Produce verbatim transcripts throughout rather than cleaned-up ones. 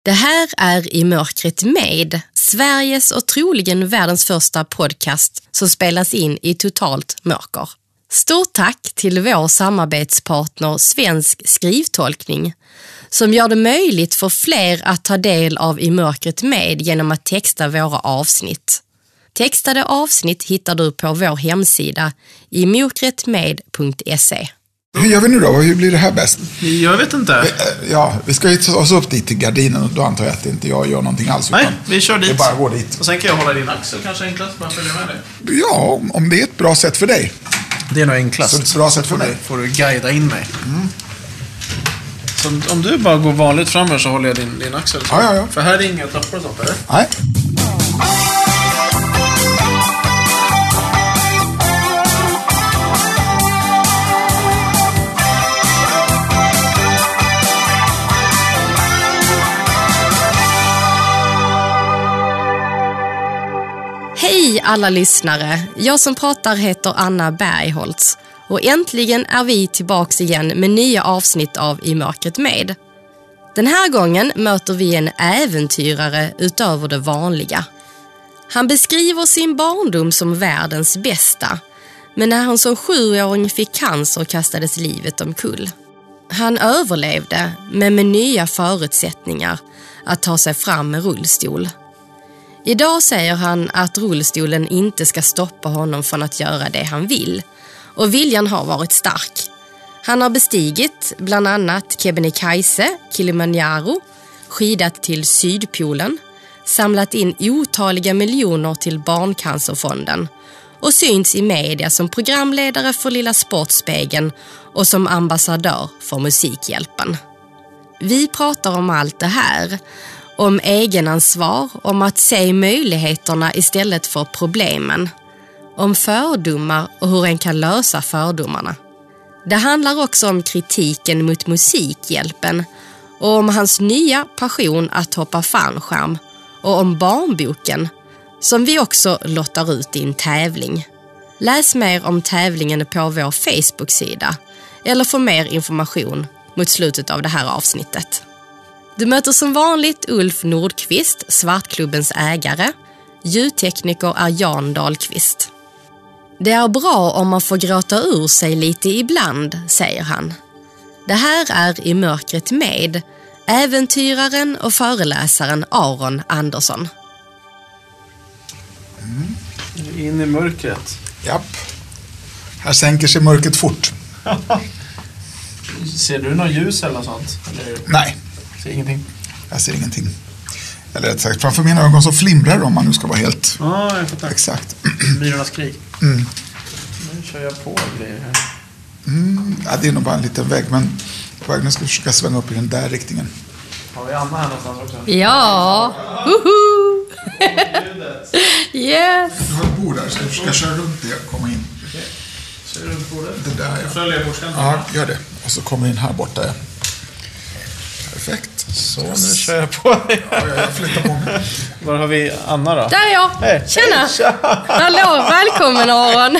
Det här är I mörkret med, Sveriges och troligen världens första podcast som spelas in i totalt mörker. Stort tack till vår samarbetspartner Svensk skrivtolkning som gör det möjligt för fler att ta del av I mörkret med genom att texta våra avsnitt. Textade avsnitt hittar du på vår hemsida i mörkretmed punkt se. Hur gör vi nu då? Hur blir det här bäst? Jag vet inte. Ja, vi ska ju ta oss upp dit till gardinen och då antar jag att inte jag gör någonting alls. Nej, vi kör dit. Det bara går dit. Och sen kan jag hålla din axel kanske enklast, bara följa med dig. Ja, om det är ett bra sätt för dig. Det är nog enklast. Så ett bra sätt för mig. Får du guida in mig. Mm. Så om du bara går vanligt fram här så håller jag din, din axel. Så. Ja, ja, ja. För här är inga trappor och sånt, eller? Nej. Hej alla lyssnare, jag som pratar heter Anna Bergholtz och äntligen är vi tillbaks igen med nya avsnitt av I mörkret med. Den här gången möter vi en äventyrare utöver det vanliga. Han beskriver sin barndom som världens bästa, men när han som sjuåring fick cancer kastades livet omkull. Han överlevde, men med nya förutsättningar att ta sig fram med rullstol. Idag säger han att rullstolen inte ska stoppa honom från att göra det han vill. Och viljan har varit stark. Han har bestigit bland annat Kebnekaise, Kilimanjaro, skidat till Sydpolen, samlat in otaliga miljoner till Barncancerfonden och syns i media som programledare för Lilla Sportspegeln och som ambassadör för Musikhjälpen. Vi pratar om allt det här. Om egenansvar, om att se möjligheterna istället för problemen. Om fördomar och hur en kan lösa fördomarna. Det handlar också om kritiken mot Musikhjälpen och om hans nya passion att hoppa fallskärm och om barnboken som vi också lottar ut i en tävling. Läs mer om tävlingen på vår Facebook-sida eller få mer information mot slutet av det här avsnittet. Du möter som vanligt Ulf Nordqvist, Svartklubbens ägare. Ljudtekniker är Jan Dahlqvist. Det är bra om man får gråta ur sig lite ibland, säger han. Det här är I mörkret med äventyraren och föreläsaren Aron Andersson. Mm. In i mörkret. Japp. Här sänker sig mörkret fort. Ser du något ljus eller något sånt? Eller? Nej. Ser ingenting? Jag ser ingenting. Eller rätt sagt, framför mina ögon så flimrar det om man nu ska vara helt... Ja, ah, jag får tack. Exakt. Myrornas krig. Mm. Nu kör jag på grejer här. Mm. Ja, det är nog bara en liten vägg, men vägen ska försöka svänga upp i den där riktningen. Har vi Anna här någonstans också? Ja! Woho! Yes! Du har ett bord där, så jag försöka köra runt det och komma in. Okej. Kör runt bordet? Det där, ja. Följer bordskanten? Ja, gör det. Och så kommer in här borta, ja. Perfekt. Så, nu kör jag på dig. Ja, jag flyttar på mig. Var har vi Anna då? Där är jag! Hej. Tjena! Tja. Hallå, välkommen Aron!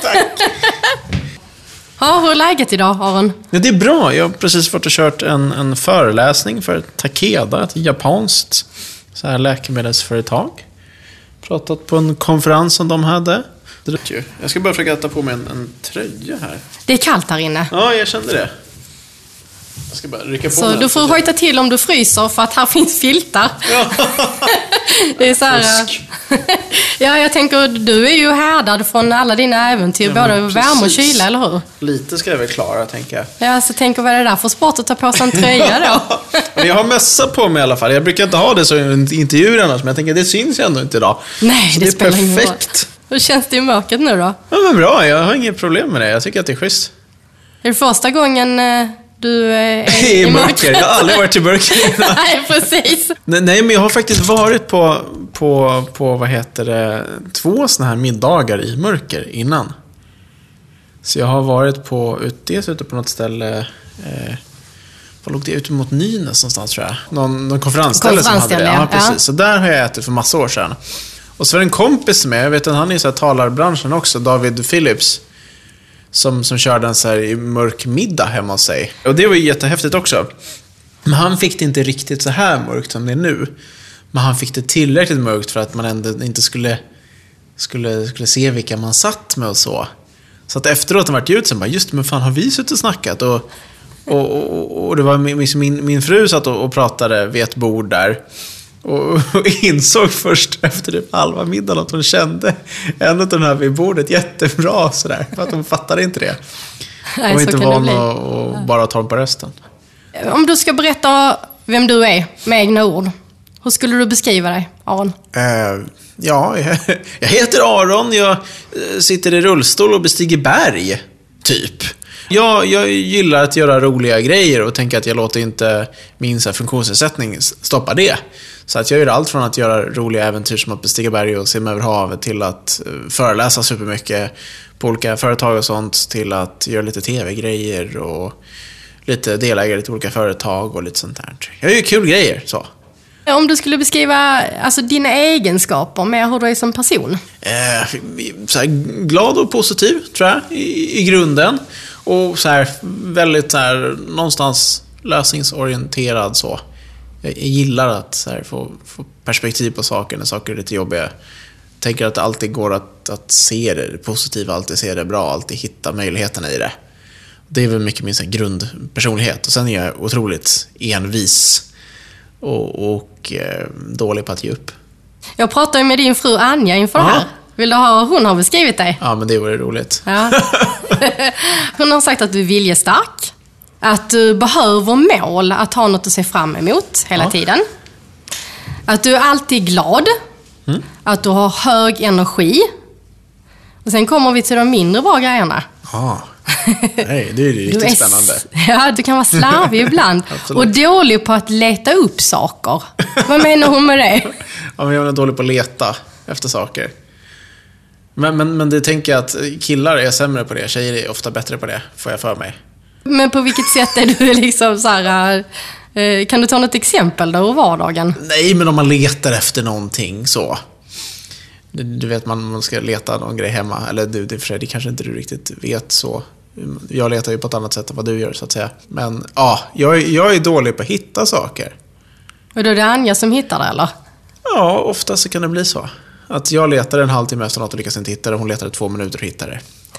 Ja, hur är läget idag, Aron? Ja, det är bra. Jag har precis varit och kört en, en föreläsning för Takeda, ett japanskt så här läkemedelsföretag. Pratat på en konferens som de hade. Jag ska bara försöka ta på mig en, en tröja här. Det är kallt här inne. Ja, jag kände det. Jag ska bara rycka på så den. du får hojta till om du fryser för att här finns filtar. Ja. Det är så här. Ja, jag tänker, du är ju härdad från alla dina äventyr, ja, både värme och kyla, eller hur? Lite ska jag väl klara, tänker jag. Ja, så tänker vad är det där för sport att ta på sig en tröja då? Men jag har mössa på mig i alla fall. Jag brukar inte ha det så i intervjuer annars, men jag tänker det syns ju ändå inte idag. Nej, så det, det är spelar ingen roll. perfekt. Hur känns det i mörkret nu då? Ja, men bra. Jag har inget problem med det. Jag tycker att det är schysst. Är det första gången du är i, i mörker? Jag har aldrig varit i mörker. Nej, precis. Nej, nej, men jag har faktiskt varit på, på, på vad heter det, två såna här middagar i mörker innan. Så jag har varit på, dels ute på något ställe, eh, vad låg det, ute mot Nynäs någonstans tror jag. Någon, någon konferensställe som hade det. Ja, precis. Ja. Så där har jag ätit för massa år sedan. Och så var det en kompis med, jag vet att han är i så här talarbranschen också, David Phillips. Som, som körde en så här i mörk middag hemma hos sig. Och det var ju jättehäftigt också. Men han fick det inte riktigt så här mörkt som det är nu. Men han fick det tillräckligt mörkt för att man ändå inte skulle skulle, skulle se vilka man satt med och så. Så att efteråt han varit ut sen bara, just men fan har vi suttit och snackat? Och, och, och, och det var min, min, min fru satt och, och pratade vid ett bord där. Och, och insåg först efter typ halva middagen att hon kände en av de här vid bordet jättebra sådär. För att hon fattade inte det. Hon var inte van att och bara ta dem på rösten. Om du ska berätta vem du är med egna ord, hur skulle du beskriva dig, Aron? Uh, ja, jag, jag heter Aron. Jag sitter i rullstol och bestiger berg, typ. Jag, jag gillar att göra roliga grejer och tänker att jag låter inte min så här, funktionsnedsättning stoppa det. Så att jag gör allt från att göra roliga äventyr som att bestiga berg och simma över havet till att föreläsa supermycket på olika företag och sånt, till att göra lite tv-grejer och lite delägare till olika företag och lite sånt där. Jag gör kul grejer, så. Om du skulle beskriva alltså, dina egenskaper med hur du är som person? Eh, så här, glad och positiv, tror jag, i, i grunden. Och så här, väldigt så här, någonstans lösningsorienterad så. Jag, jag gillar att så här, få, få perspektiv på saker när saker är lite jobbiga. Jag tänker att det alltid går att, att se det positiva, alltid se det bra, alltid hitta möjligheterna i det. Det är väl mycket min så här, grundpersonlighet. Och sen är jag otroligt envis och, och eh, dålig på att ge upp. Jag pratade ju med din fru Anja inför det här. Vill du ha hon har beskrivit dig? Ja, men det vore roligt. Ja. Hon har sagt att du är viljestark, att du behöver mål, att ha något att se fram emot hela ja. tiden. Att du är alltid glad, mm. att du har hög energi. Och sen kommer vi till de mindre bra grejerna. Ja. Nej, det är ju riktigt är, spännande. Ja, du kan vara slarvig ibland. Och dålig på att leta upp saker. Vad menar hon med det? Ja, men jag är dålig på att leta efter saker. Men, men, men det tänker jag att killar är sämre på det. Tjejer är ofta bättre på det, får jag för mig. Men på vilket sätt är du liksom så här... Eh, kan du ta något exempel då ur vardagen? Nej, men om man letar efter någonting så... Du vet, man, man ska leta någon grej hemma. Eller du, det, för sig, det kanske inte du riktigt vet så. Jag letar ju på ett annat sätt än vad du gör, så att säga. Men ja, jag, jag är dålig på att hitta saker. Och då är det Anja som hittar det, eller? Ja, ofta så kan det bli så. Att jag letar en halvtimme efter något och lyckas inte hitta det. Hon letar två minuter och hittar det.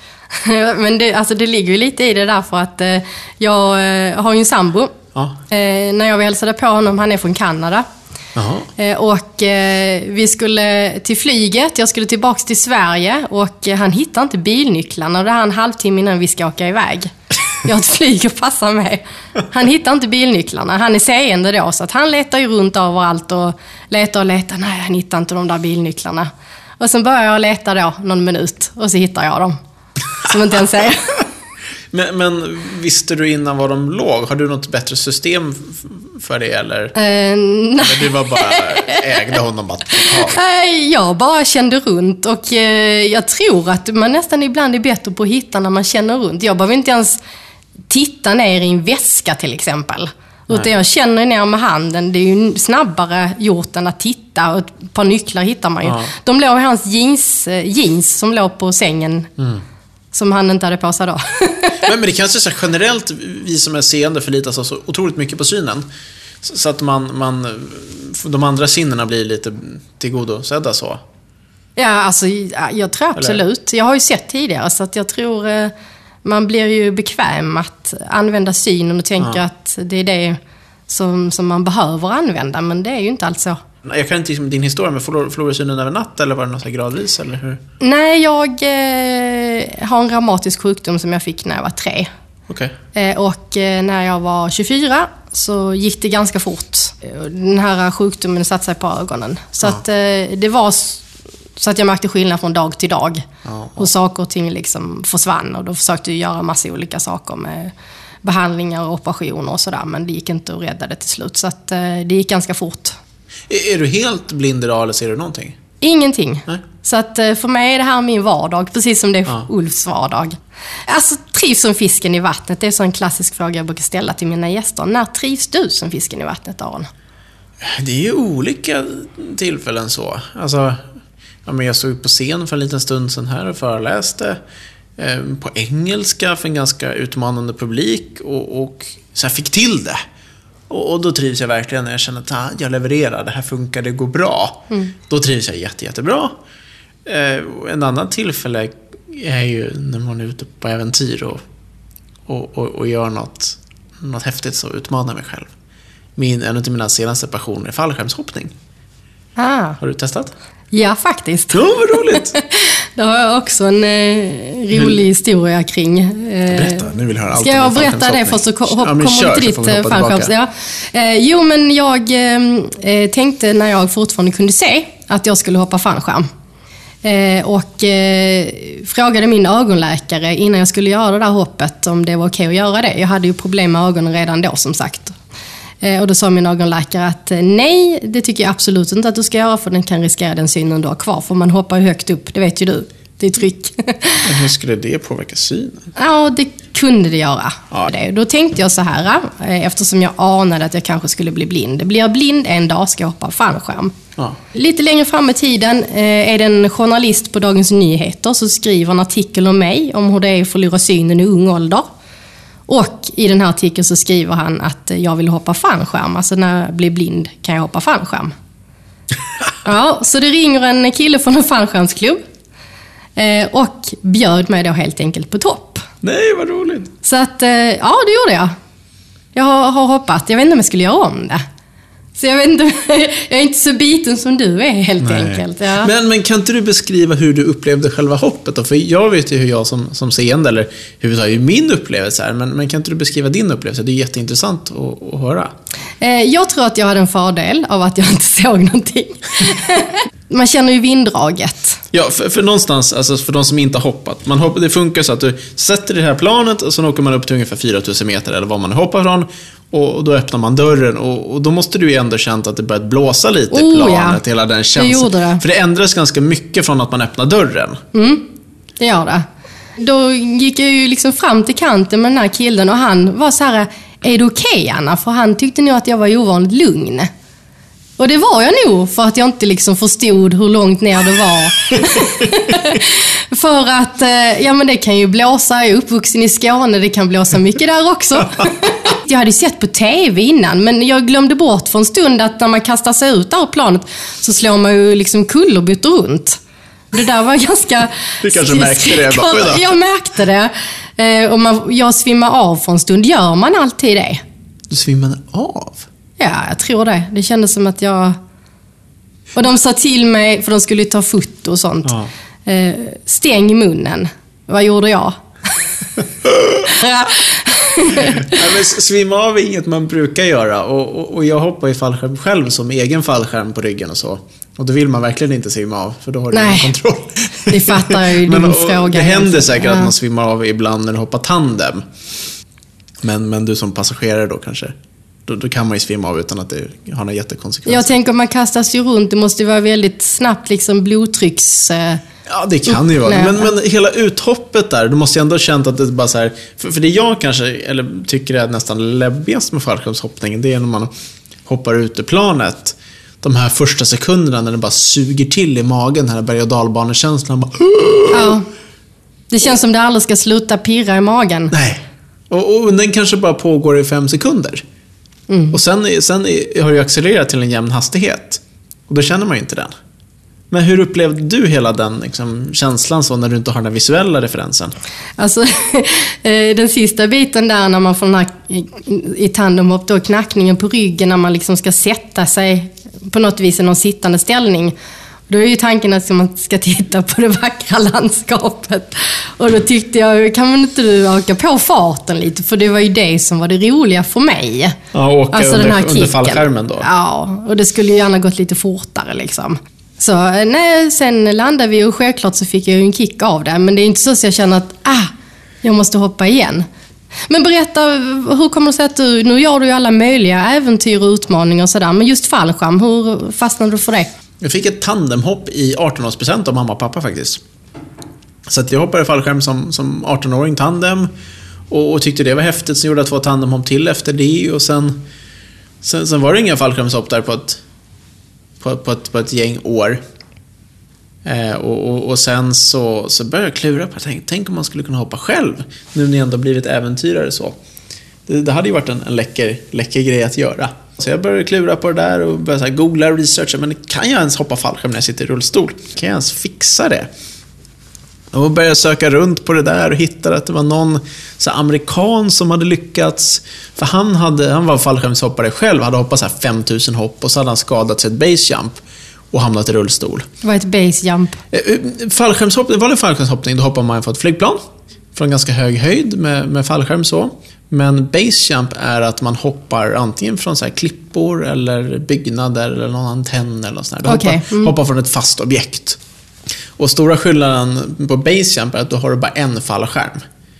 Men det, alltså det ligger ju lite i det där för att eh, jag eh, har ju en sambo. Ja. Eh, när jag hälsade på honom, han är från Kanada. Eh, och eh, vi skulle till flyget, jag skulle tillbaka till Sverige och eh, han hittar inte bilnycklarna och det är en halvtimme innan vi ska åka iväg. Jag har ett flyg och passar mig. Han hittar inte bilnycklarna, han är seende då så att han letar ju runt överallt och letar och letar, nej han hittar inte de där bilnycklarna. Och sen börjar jag leta då någon minut och så hittar jag dem. Som inte ens säger. Men, men visste du innan var de låg? Har du något bättre system för det? Eller, uh, eller du var bara ägde honom bara totalt? Nej, jag bara kände runt. Och uh, jag tror att man nästan ibland är bättre på att hitta när man känner runt. Jag behöver inte ens titta ner i en väska till exempel. Nej. Utan jag känner ner med handen. Det är ju snabbare gjort än att titta. Och ett par nycklar hittar man ju. Ja. De låg i hans jeans, jeans som låg på sängen. Mm. Som han inte hade på sig då. Men, men det kanske är så generellt, vi som är seende förlitar oss så otroligt mycket på synen. Så, så att man, man, de andra sinnena blir lite tillgodosedda så. Ja, alltså jag tror absolut. Eller? Jag har ju sett tidigare så att jag tror eh, man blir ju bekväm att använda synen och tänker ja. att det är det som, som man behöver använda. Men det är ju inte alls så. Jag kan inte din historia, men förlorade synen över natt eller var det något gradvis eller hur? Nej, jag eh, har en reumatisk sjukdom som jag fick när jag var tre. Okay. Eh, och eh, när jag var tjugofyra så gick det ganska fort. Den här sjukdomen satte sig på ögonen. Så ja. att eh, det var så att jag märkte skillnad från dag till dag. Ja. Och saker och ting liksom försvann. Och då försökte jag göra massa olika saker med behandlingar och operationer och sådär. Men det gick inte att rädda det till slut. Så att eh, det gick ganska fort. Är du helt blind idag eller ser du någonting? Ingenting. Nej. Så att för mig är det här min vardag, precis som det är ja. Ulfs vardag. Alltså, trivs som fisken i vattnet? Det är så en klassisk fråga jag brukar ställa till mina gäster. När trivs du som fisken i vattnet, Aron? Det är ju olika tillfällen så. Alltså, ja, men jag stod på scen för en liten stund sedan här och föreläste eh, på engelska för en ganska utmanande publik och, och så här fick till det. Och, och då trivs jag verkligen när jag känner att ah, jag levererar, det här funkar, det går bra. Mm. Då trivs jag jätte, jättebra. Eh, en annan tillfälle är ju när man är ute på äventyr och, och, och, och gör något, något häftigt, så utmanar mig själv. Min, en av mina senaste passioner är fallskärmshoppning. Ah. Har du testat? Ja, faktiskt. Ja, vad roligt. Det har jag också en eh, rolig historia kring. Eh, berätta, nu vill jag höra allt. Ska jag berätta det först så ko- ja, kommer kör, du till ditt fallskärms? Ja. Eh, jo, men jag eh, tänkte när jag fortfarande kunde se att jag skulle hoppa fallskärm. Eh, och eh, frågade min ögonläkare innan jag skulle göra det där hoppet om det var okej att göra det. Jag hade ju problem med ögonen redan då, som sagt. Eh, och då sa min ögonläkare att eh, nej, det tycker jag absolut inte att du ska göra, för den kan riskera den synen du har kvar. För man hoppar ju högt upp, det vet ju du. Det är tryck. Men hur skulle det påverka synen? Ja, det kunde det göra. Ja. Det. Då tänkte jag så här, eh, eftersom jag anade att jag kanske skulle bli blind. Blir jag blind en dag ska jag hoppa fallskärm. Ja. Lite längre fram i tiden eh, är det en journalist på Dagens Nyheter som skriver en artikel om mig, om hur det är att förlora synen i ung ålder. Och i den här artikeln så skriver han att jag vill hoppa fallskärm. Alltså när jag blir blind kan jag hoppa fallskärm. Ja, så det ringer en kille från en fallskärmsklubb eh, och bjöd mig då helt enkelt på topp. Nej, vad roligt. Så att, eh, ja, det gjorde jag. Jag har, har hoppat. Jag vet inte om jag skulle göra om det. Så jag vet inte, jag är inte så biten som du är helt Nej. enkelt. Ja. Men, men kan inte du beskriva hur du upplevde själva hoppet då? För jag vet ju hur jag som, som seende, eller hur är ju min upplevelse här, men, men kan inte du beskriva din upplevelse? Det är jätteintressant att, att höra. Eh, jag tror att jag hade en fördel av att jag inte såg någonting. Man känner ju vinddraget. Ja, för, för någonstans, alltså för de som inte har hoppat, man hoppar, det funkar så att du sätter det här planet och så åker man upp till ungefär fyra tusen meter eller vad man hoppar från. Och då öppnar man dörren och, och då måste du ju ändå känt att det börjat blåsa lite i oh, planet, ja. hela den känslan. Det det. För det ändras ganska mycket från att man öppnar dörren. Mm, det gör det. Då gick jag ju liksom fram till kanten med den här killen och han var så här: är det okej, Anna? För han tyckte nog att jag var ovanligt lugn. Och det var jag nog, för att jag inte liksom förstod hur långt ner det var. För att, ja men det kan ju blåsa, jag är uppvuxen i Skåne, det kan blåsa mycket där också. Jag hade sett på tv innan, men jag glömde bort för en stund att när man kastar sig ut där planet så slår man ju liksom kullerbyttor runt. Det där var ganska... Du kanske märkte det. Bara, jag märkte det. Och man, jag svimmar av för en stund. Gör man alltid det? Du svimmade av? Ja, jag tror det. Det kändes som att jag... Och de sa till mig, för de skulle ta foto och sånt. Ja. Stäng munnen. Vad gjorde jag? Ja, men svimma av är inget man brukar göra. Och, och, och jag hoppar i fallskärm själv som egen fallskärm på ryggen och så. Och då vill man verkligen inte svimma av, för då har du ingen kontroll. Det fattar jag ju, din fråga. Det händer säkert ja. att man svimmar av ibland när du hoppar tandem. Men, men du som passagerare då kanske... Då, då kan man ju svimma av utan att det har några jättekonsekvenser. Jag tänker om man kastas ju runt, det måste ju vara väldigt snabbt liksom blodtrycks... Eh, ja, det kan ju vara. Men, men hela uthoppet där, du måste ju ändå ha känt att det bara så här... För, för det jag kanske, eller tycker är nästan läbbigast med fallskärmshoppningen, det är när man hoppar ut ur planet. De här första sekunderna när det bara suger till i magen, den här berg- och dalbanekänslan. Bara... Ja, det känns som det aldrig ska sluta pirra i magen. Nej, och, och den kanske bara pågår i fem sekunder. Mm. Och sen, sen har det ju accelererat till en jämn hastighet. Och då känner man ju inte den. Men hur upplevde du hela den liksom, känslan så när du inte har den visuella referensen? Alltså, den sista biten där när man får den här i tandemhopp då, knackningen på ryggen när man liksom ska sätta sig på något vis i någon sittande ställning. Då är ju tanken att man ska titta på det vackra landskapet. Och då tyckte jag, kan man inte du öka på farten lite? För det var ju det som var det roliga för mig. Ja, åka alltså under, den här under fallskärmen då. Ja, och det skulle ju gärna gått lite fortare liksom. Så nej, sen landade vi och självklart så fick jag ju en kick av det. Men det är inte så att jag känner att, ah, jag måste hoppa igen. Men berätta, hur kommer det sig att du, nu gör du ju alla möjliga äventyr och utmaningar och sådär. Men just fallskärm, hur fastnade du för det? Jag fick ett tandemhopp i arton-årspresent av mamma och pappa faktiskt. Så att jag hoppade fallskärm som, som arton-åring tandem. Och, och tyckte det var häftigt. Så gjorde jag två tandemhopp till efter det. Och sen, sen, sen var det inga fallskärmshopp där på ett, på, på ett, på ett gäng år. Eh, och, och, och sen så, så började jag klura på, tänk, tänk om man skulle kunna hoppa själv. Nu när jag ändå blivit äventyrare så. det, det hade ju varit en, en läcker, läcker grej att göra. Så jag började klura på det där och började så här googla och researcha. Men kan jag ens hoppa fallskärm när jag sitter i rullstol? Kan jag ens fixa det? Och började söka runt på det där och hittade att det var någon så här amerikan som hade lyckats. För han, hade, han var fallskärmshoppare själv, hade hoppat så här fem tusen hopp och så hade han skadat sig ett basejump och hamnat i rullstol. Det var ett basejump. Fallskärmshoppning, vanlig fallskärmshoppning, då hoppar man från ett flygplan från ganska hög höjd med, med fallskärm så. Men basejump är att man hoppar antingen från så här klippor eller byggnader eller någon antenn eller sånt där. Du okay. hoppar, mm. hoppar från ett fast objekt. Och stora skillnaden på basejump är att då har du bara en fallskärm.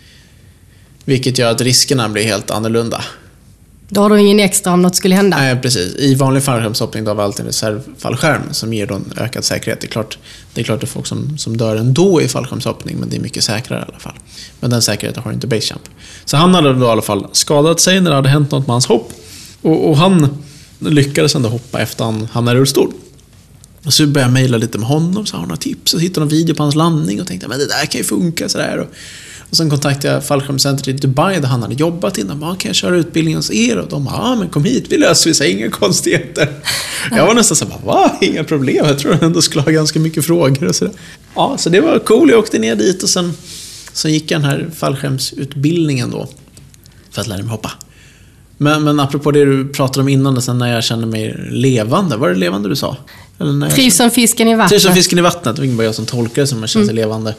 Vilket gör att riskerna blir helt annorlunda. Då har du ingen extra om något skulle hända. Nej, precis. I vanlig fallskärmshoppning då har vi alltid en reservfallskärm som ger då en ökad säkerhet. Det är klart det är, klart det är folk som, som dör ändå i fallskärmshoppning, men det är mycket säkrare i alla fall. Men den säkerheten har inte basejump. Så han hade då i alla fall skadat sig när det hade hänt något med hans hopp. Och, och han lyckades ändå hoppa efter han hamnade i rullstol. Och så började jag mejla lite med honom, så har han några tips och hittade någon video på hans landning och tänkte, men det där kan ju funka sådär. Och, och sen kontaktade jag fallskärmscentret i Dubai där han hade jobbat innan. Ja, kan jag köra utbildningen hos er? Och de, ja men kom hit, vi löser vi, så inga konstigheter. Jag var nästan så här, va? Inga problem, jag tror jag ändå skulle ha ganska mycket frågor och sådär. Ja, så det var cool, jag åkte ner dit och sen, sen gick jag den här fallskärmsutbildningen då för att lära mig hoppa. Men, men apropå det du pratade om innan, sen när jag kände mig levande, var det levande du sa? Eller när Trivs som fisken i vattnet. Trivs som fisken i vattnet, det var bara jag som tolkar det som att man känner sig mm. levande.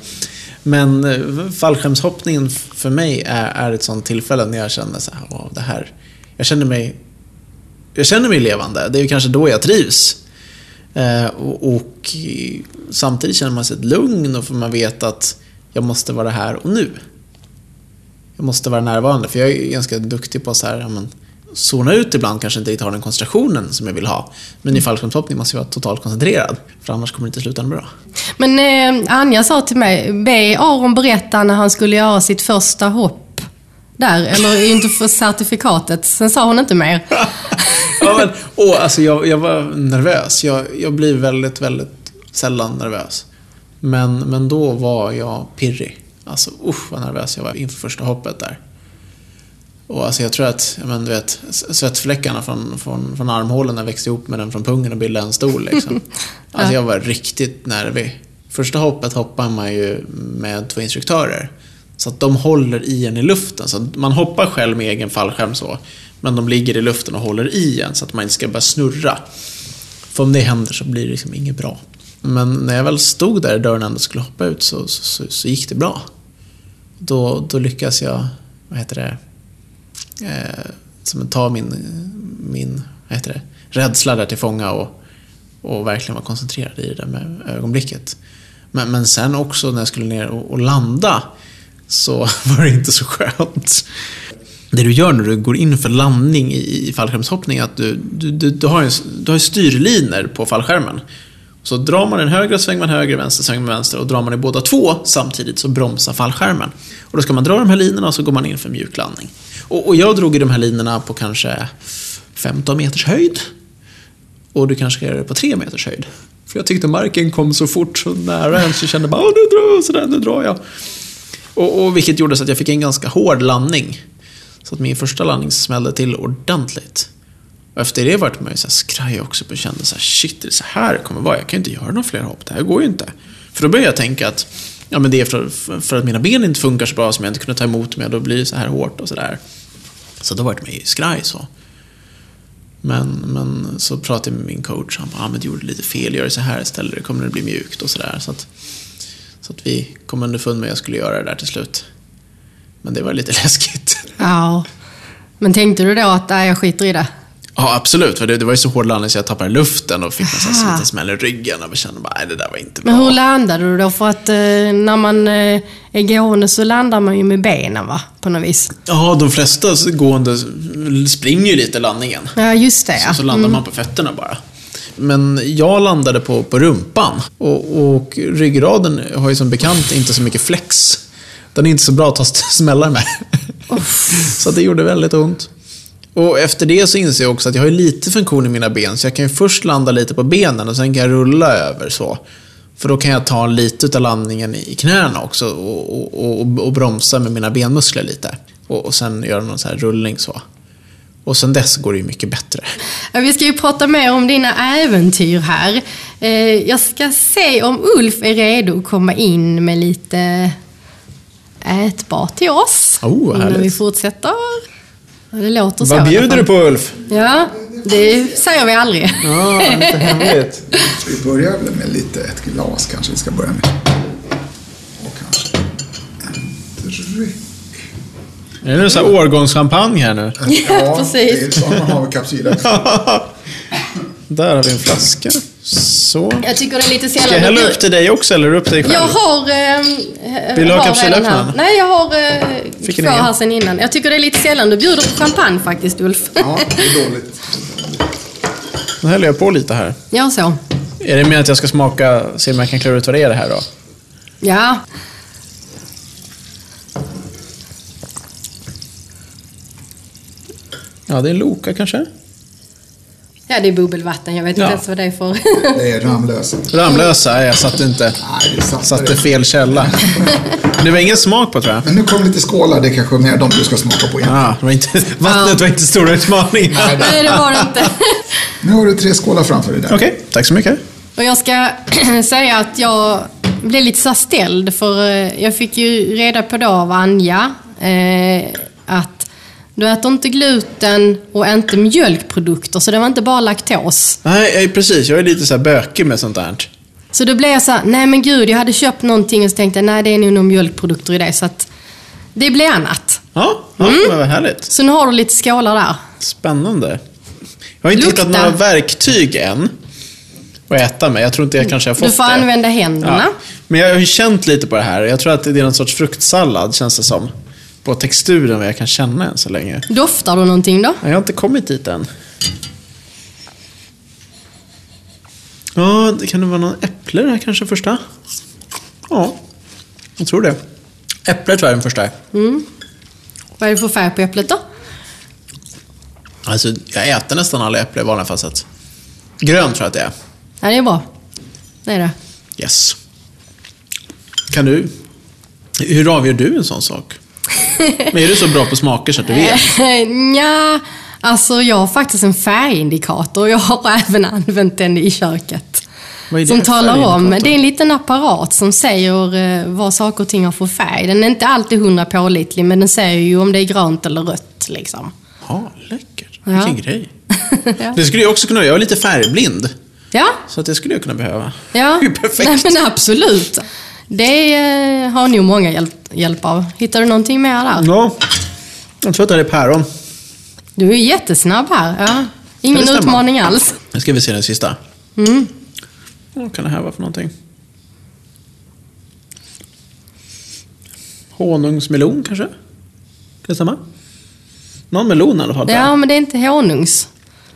Men fallskärmshoppningen för mig är, är ett sånt tillfälle när jag känner så här, wow, det här, jag känner mig jag känner mig levande, det är ju kanske då jag trivs. Eh, och, och samtidigt känner man sig ett lugn och för man vet att jag måste vara här och nu. Jag måste vara närvarande, för jag är ganska duktig på så här, ja, men, zona ut ibland, kanske inte riktigt ha den koncentrationen som jag vill ha. Men i fallskärmshoppning måste jag vara totalt koncentrerad, för annars kommer det inte sluta bra. Men eh, Anja sa till mig, be Aron berätta när han skulle göra sitt första hopp där, eller inte för certifikatet. Sen sa hon inte mer. Ja, men, åh, alltså jag, jag var nervös. Jag, jag blir väldigt, väldigt sällan nervös. Men, men då var jag pirrig. Alltså, usch vad nervös jag var inför första hoppet där. Och alltså jag tror att, jag men, du vet, svettfläckarna från, från, från armhålorna växte ihop med den från pungen och bildade en stol liksom. Alltså jag var riktigt nervig. Första hoppet hoppar man ju med två instruktörer. Så att de håller i en i luften. Så man hoppar själv med egen fallskärm så. Men de ligger i luften och håller i en så att man inte ska bara snurra. För om det händer så blir det liksom inget bra. Men när jag väl stod där i dörren och skulle hoppa ut så, så, så, så gick det bra. Då, då lyckas jag, vad heter det, eh, som ta min, min vad heter det, rädsla där till fånga och, och verkligen vara koncentrerad i det där med ögonblicket. Men, men sen också när jag skulle ner och, och landa så var det inte så skönt. Det du gör när du går in för landning i, i fallskärmshoppning är att du, du, du, du har, en, du har styrlinor på fallskärmen. Så drar man en höger sväng man höger, vänster sväng man vänster och drar man i båda två samtidigt så bromsar fallskärmen. Och då ska man dra de här linorna och så går man in för mjuk landning. Och, och jag drog i de här linorna på kanske femton meters höjd. Och du kanske ska göra det på tre meters höjd. För jag tyckte marken kom så fort så nära en så jag kände bara, nu drar jag, sådär, nu drar jag. Och, och vilket gjorde så att jag fick en ganska hård landning. Så att min första landning smällde till ordentligt. Och efter det vart man ju så här skraj också och kände så här, shit, det är så här det kommer vara. Jag kan inte göra några fler hopp, det här går ju inte. För då började jag tänka att ja, men det är för, för att mina ben inte funkar så bra som jag inte kunde ta emot mig. Då blir det så här hårt och sådär. Så då vart man ju skraj så. Men, men så pratade jag med min coach. Han bara, ah, men du gjorde lite fel, gör det så här istället. Det kommer det bli mjukt och sådär. Så att, så att vi kom underfund med att jag skulle göra det där till slut. Men det var lite läskigt. Ja, men tänkte du då att nej, jag skiter i det? Ja, absolut. För det, det var ju så hård landning så jag tappade luften och fick en sån liten smäll i ryggen och kände bara, nej, det där var inte bra. Men hur landade du då? För att eh, när man eh, är gående så landar man ju med benen, va? På något vis. Ja, de flesta gående springer ju lite landningen. Ja, just det. Så, så landar mm. man på fötterna bara. Men jag landade på, på rumpan. Och, och ryggraden har ju som bekant inte så mycket flex. Den är inte så bra att ta smällar med. Så det gjorde väldigt ont. Och efter det så inser jag också att jag har lite funktion i mina ben. Så jag kan ju först landa lite på benen och sen kan jag rulla över så. För då kan jag ta lite av landningen i knäna också och, och, och, och bromsa med mina benmuskler lite. Och, och sen göra någon så här rullning så. Och sen dess går det ju mycket bättre. Ja, vi ska ju prata mer om dina äventyr här. Eh, jag ska se om Ulf är redo att komma in med lite ätbart till oss. Oh, när härligt. vi fortsätter. Det låter så. Vad bjuder du på, Ulf? Ja, det säger vi aldrig. Ja, lite hemligt. Vi börjar väl med lite ett glas kanske vi ska börja med. Och kanske en dryck. Är det så här årgångschampagne här nu? Ja, precis. Det är så man har med kapsylen. Där har vi en flaska. Så. Jag tycker det är lite sällan. Ska jag hälla upp till dig också eller upp till dig själv? Jag har... Eh, Vill du ha har kapsyl redan här. öppnaren? Nej, jag har eh, Fick två en egen. här sen innan. Jag tycker det är lite sällan. Du bjuder på champagne faktiskt, Ulf. Ja, det är dåligt. Då häller jag på lite här. Ja, så. Är det med att jag ska smaka, se om jag kan klura ut vad det är det här då? Ja. Ja, det är Loka kanske? Ja, det är bubbelvatten. Jag vet Ja. inte ens vad det är för... Det är Ramlösa. Ramlösa, jag satte inte. Nej, det satte Satte det. fel källa. Det var ingen smak på, tror jag. Men nu kommer lite skålar, det är kanske mer de du ska smaka på igen. Ah, det var inte, vattnet var inte stora utmaningen. Nej, det- Nej, det var det inte. Nu har du tre skålar framför dig där. Okej, tack så mycket. Och jag ska säga att jag blev lite så ställd för eh, jag fick ju reda på då av Anja eh, att du äter inte gluten och inte mjölkprodukter, så det var inte bara laktos. Nej, precis. Jag är lite så här bökig med sånt där. Så då blev jag så här, nej men gud, jag hade köpt någonting och så tänkte jag, nej det är nog någon mjölkprodukter i det, så att det blev annat. Ja, ja Mm. men vad härligt. Så nu har du lite skålar där. Spännande. Jag har inte Lukta. hittat några verktyg än att äta med. Jag tror inte jag kanske har fått Du får det. använda händerna. Ja. Men jag har ju känt lite på det här. Jag tror att det är någon sorts fruktsallad, känns det som. På texturen vad jag kan känna än så länge. Doftar du någonting då? Jag har inte kommit dit än. Ja, det kan det vara någon äpple där kanske första? Ja, jag tror det. Äpple tror jag är den första. Vad är det för färg på äpplet då? Alltså, jag äter nästan alla äpple i vanliga fall sett. Grönt tror jag att det är. Ja, det är bra. Det är det. Yes. Kan du... Hur avgör du en sån sak? Men är du så bra på smaker så att du vet? Ja, alltså jag har faktiskt en färgindikator. Jag har även använt den i köket. Vad är det Som för talar om, färgindikator? det är en liten apparat som säger eh, vad saker och ting har för färg. Den är inte alltid hundra pålitlig, men den säger ju om det är grönt eller rött liksom. Ja, läckert. Ja. Vilken grej. Ja. Det skulle jag också kunna göra. Jag är lite färgblind. Ja, Så att det skulle jag kunna behöva. ja. Det är ju perfekt. Nej, men absolut. Det eh, har nog många hjälp, hjälp av. Hittar du någonting mer där? Ja, jag tror att det är päron. Du är jättesnabb här. Ja. Kan Ingen det stämma? utmaning alls. Nu ska vi se den sista. Mm. Vad kan det här vara för någonting? Honungsmelon kanske? Kan det stämma? Någon melon i alla fall. Ja, men det är inte honungs.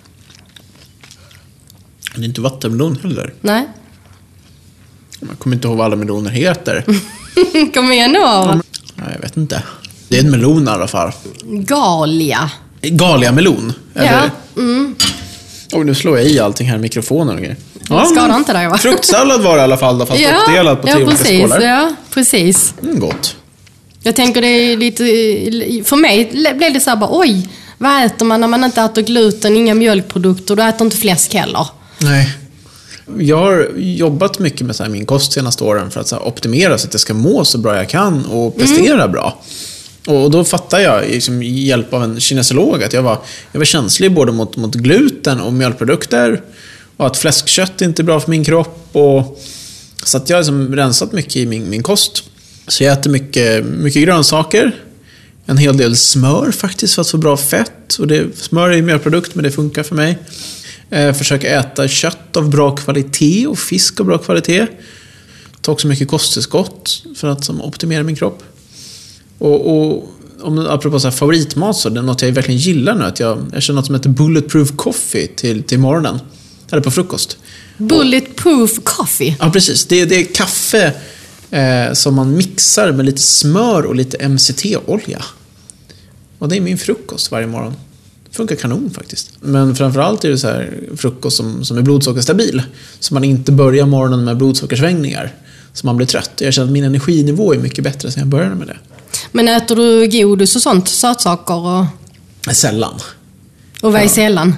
Det är inte vattenmelon heller. Nej. Man kommer inte ihåg vad alla meloner heter. Kom igen nu. Nej, jag vet inte. Det är en melon i alla fall. Galia. Galiamelon. Ja. Eller? Mm. Oj, nu slår jag i allting här i mikrofonen och grejer. Skadar men inte dig, va? Fruktsallad var det i alla fall, då, fast uppdelat på tre ja, olika precis. skålar. Ja, precis. Mm, gott. Jag tänker det är lite... För mig blev det så här bara, oj, vad äter man när man inte äter gluten, inga mjölkprodukter, du äter inte fläsk heller. Nej. Jag har jobbat mycket med så här min kost senaste åren för att så här optimera så att jag ska må så bra jag kan och prestera Mm. bra. Och då fattar jag liksom, i hjälp av en kinesolog att jag var, jag var känslig både mot, mot gluten och mjölkprodukter. Och att fläskkött inte är bra för min kropp. Och, så att jag har liksom rensat mycket i min, min kost. Så jag äter mycket, mycket grönsaker. En hel del smör faktiskt för att få bra fett. Och det, smör är en mjölkprodukt, men det funkar för mig. Eh, försöka äta kött av bra kvalitet och fisk av bra kvalitet. Ta också mycket kosttillskott för att som, optimera min kropp. Och, och om, apropå så här favoritmat så, det är något jag verkligen gillar nu. Att jag, jag kör något som heter Bulletproof Coffee till, till morgonen. Eller på frukost. Bulletproof coffee. Ja, precis. Det, det är kaffe eh, som man mixar med lite smör och lite M C T-olja. Och det är min frukost varje morgon. Det funkar kanon faktiskt. Men framförallt är det så här frukost som, som är blodsockerstabil. Så man inte börjar morgonen med blodsockersvängningar. Så man blir trött. Jag känner att min energinivå är mycket bättre sen jag började med det. Men äter du godis och sånt, sötsaker? Och, Sällan. och vad är Ja. sällan?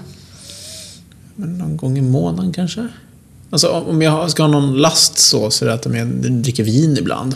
Men någon gång i månaden kanske. Alltså om jag ska ha någon last så, så är det att jag dricker vin ibland.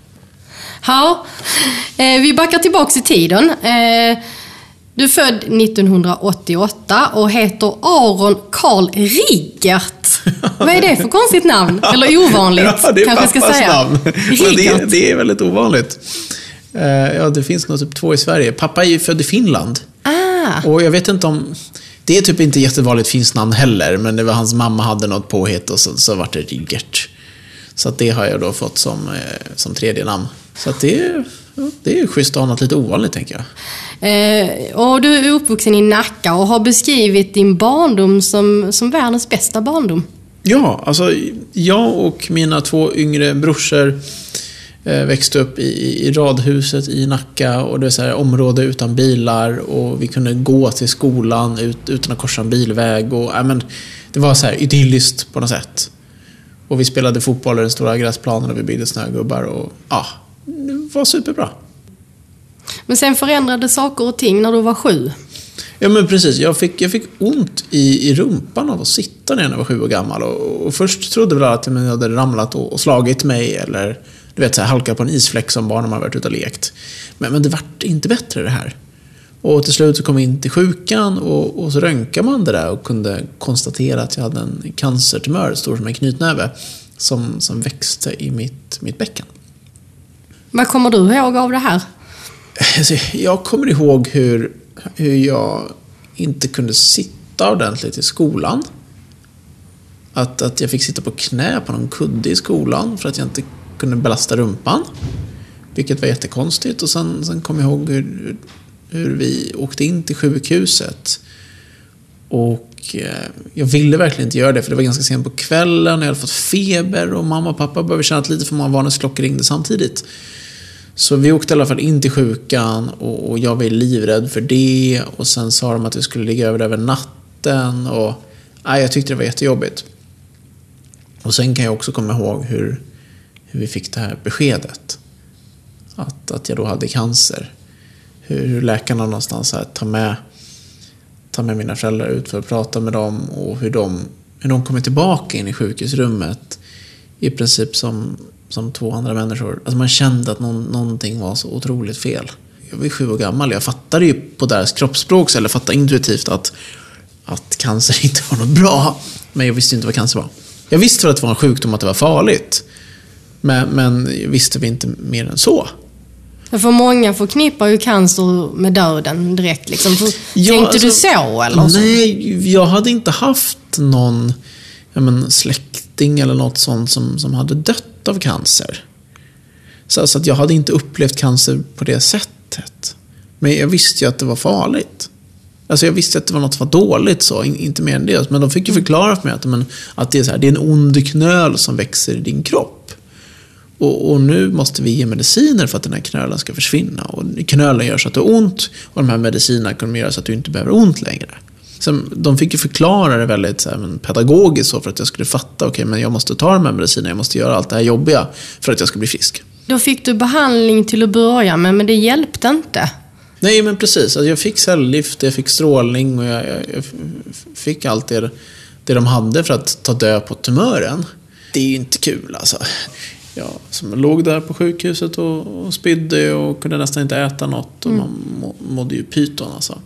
Ja, eh, vi backar tillbaka i tiden. Eh, du är född nittonhundraåttioåtta och heter Aron Karl Riggert. Vad är det för konstigt namn? Eller ovanligt, ja, det är kanske ska pappas säga. namn. Riggert. Det, det är väldigt ovanligt. Eh, ja, det finns nog typ två i Sverige. Pappa är ju född i Finland. Ah. Och jag vet inte om... Det är typ inte jättevanligt finskt namn heller, men det var hans mamma hade något påhitt och så, så var det Riggert. Så att det har jag då fått som, eh, som tredje namn. Så att det är, ja, det är schysst att ha något lite ovanligt, tänker jag. Eh, och du är uppvuxen i Nacka och har beskrivit din barndom som, som världens bästa barndom. Ja, alltså jag och mina två yngre brorsor eh, växte upp i, i radhuset i Nacka, och det är så här område utan bilar, och vi kunde gå till skolan ut, utan att korsa en bilväg, och ja, men, det var så här idylliskt på något sätt. Och vi spelade fotboll i den stora gräsplanen och vi byggde snögubbar, och ja, det var superbra. Men sen förändrade saker och ting när du var sju. Ja, men precis. Jag fick, jag fick ont i, i rumpan av att sitta när jag var sju år gammal. Och, och först trodde väl att jag hade ramlat och, och slagit mig, eller du vet, så här, halkat på en isfläck som barn när man varit ute och lekt. Men, men det vart inte bättre det här. Och till slut så kom jag in till sjukan, och, och så röntgade man det där och kunde konstatera att jag hade en cancertumör stor som en knytnäve som, som växte i mitt, mitt bäcken. Vad kommer du ihåg av det här? Jag kommer ihåg hur, hur jag inte kunde sitta ordentligt i skolan. Att, att jag fick sitta på knä på någon kudde i skolan för att jag inte kunde belasta rumpan. Vilket var jättekonstigt. Och sen, sen kom jag ihåg hur, hur vi åkte in till sjukhuset. Och eh, jag ville verkligen inte göra det, för det var ganska sent på kvällen. Jag hade fått feber och mamma och pappa började känna lite, för många varningsklockor ringde samtidigt. Så vi åkte i alla fall in till sjukan, och, och jag var livrädd för det. Och sen sa de att vi skulle ligga över över natten. Och nej, jag tyckte det var jättejobbigt. Och sen kan jag också komma ihåg hur, hur vi fick det här beskedet. Att, att jag då hade cancer. Hur, hur läkarna någonstans här tar med, tar med mina föräldrar ut för att prata med dem. Och hur de, hur de kommer tillbaka in i sjukhusrummet. I princip som... som två andra människor. Alltså man kände att någon, någonting var så otroligt fel. Jag var sju år gammal. Jag fattade ju på deras kroppsspråk, eller fattade intuitivt att, att cancer inte var något bra. Men jag visste inte vad cancer var. Jag visste att det var en sjukdom, att det var farligt. Men, men jag visste vi inte mer än så. För många förknippar ju cancer med döden direkt. Liksom. Ja, tänkte alltså, du så? Eller så? Nej, jag hade inte haft någon jag men, släkting eller något sånt som, som hade dött av cancer. Så, så att jag hade inte upplevt cancer på det sättet. Men jag visste ju att det var farligt. Alltså jag visste att det var något som var dåligt, så inte mer än det. Men de fick ju förklara för mig att, men, att det är så här, det är en ond knöl som växer i din kropp. Och, och nu måste vi ge mediciner för att den här knölen ska försvinna. Och knölen gör så att det är ont, och de här medicinerna kommer göra så att du inte behöver ont längre. Så de fick ju förklara det väldigt så här, men pedagogiskt, så för att jag skulle fatta, okej, okay, men jag måste ta de här medicinerna, jag måste göra allt det här jobbiga för att jag ska bli frisk. Då fick du behandling till att börja med, men det hjälpte inte. Nej, men precis. Alltså, jag fick cellgift, jag fick strålning, och jag, jag, jag fick allt det, det de hade för att ta död på tumören. Det är ju inte kul alltså. Jag som låg där på sjukhuset och, och spydde och kunde nästan inte äta något, och mm. man må, mådde ju pyton alltså.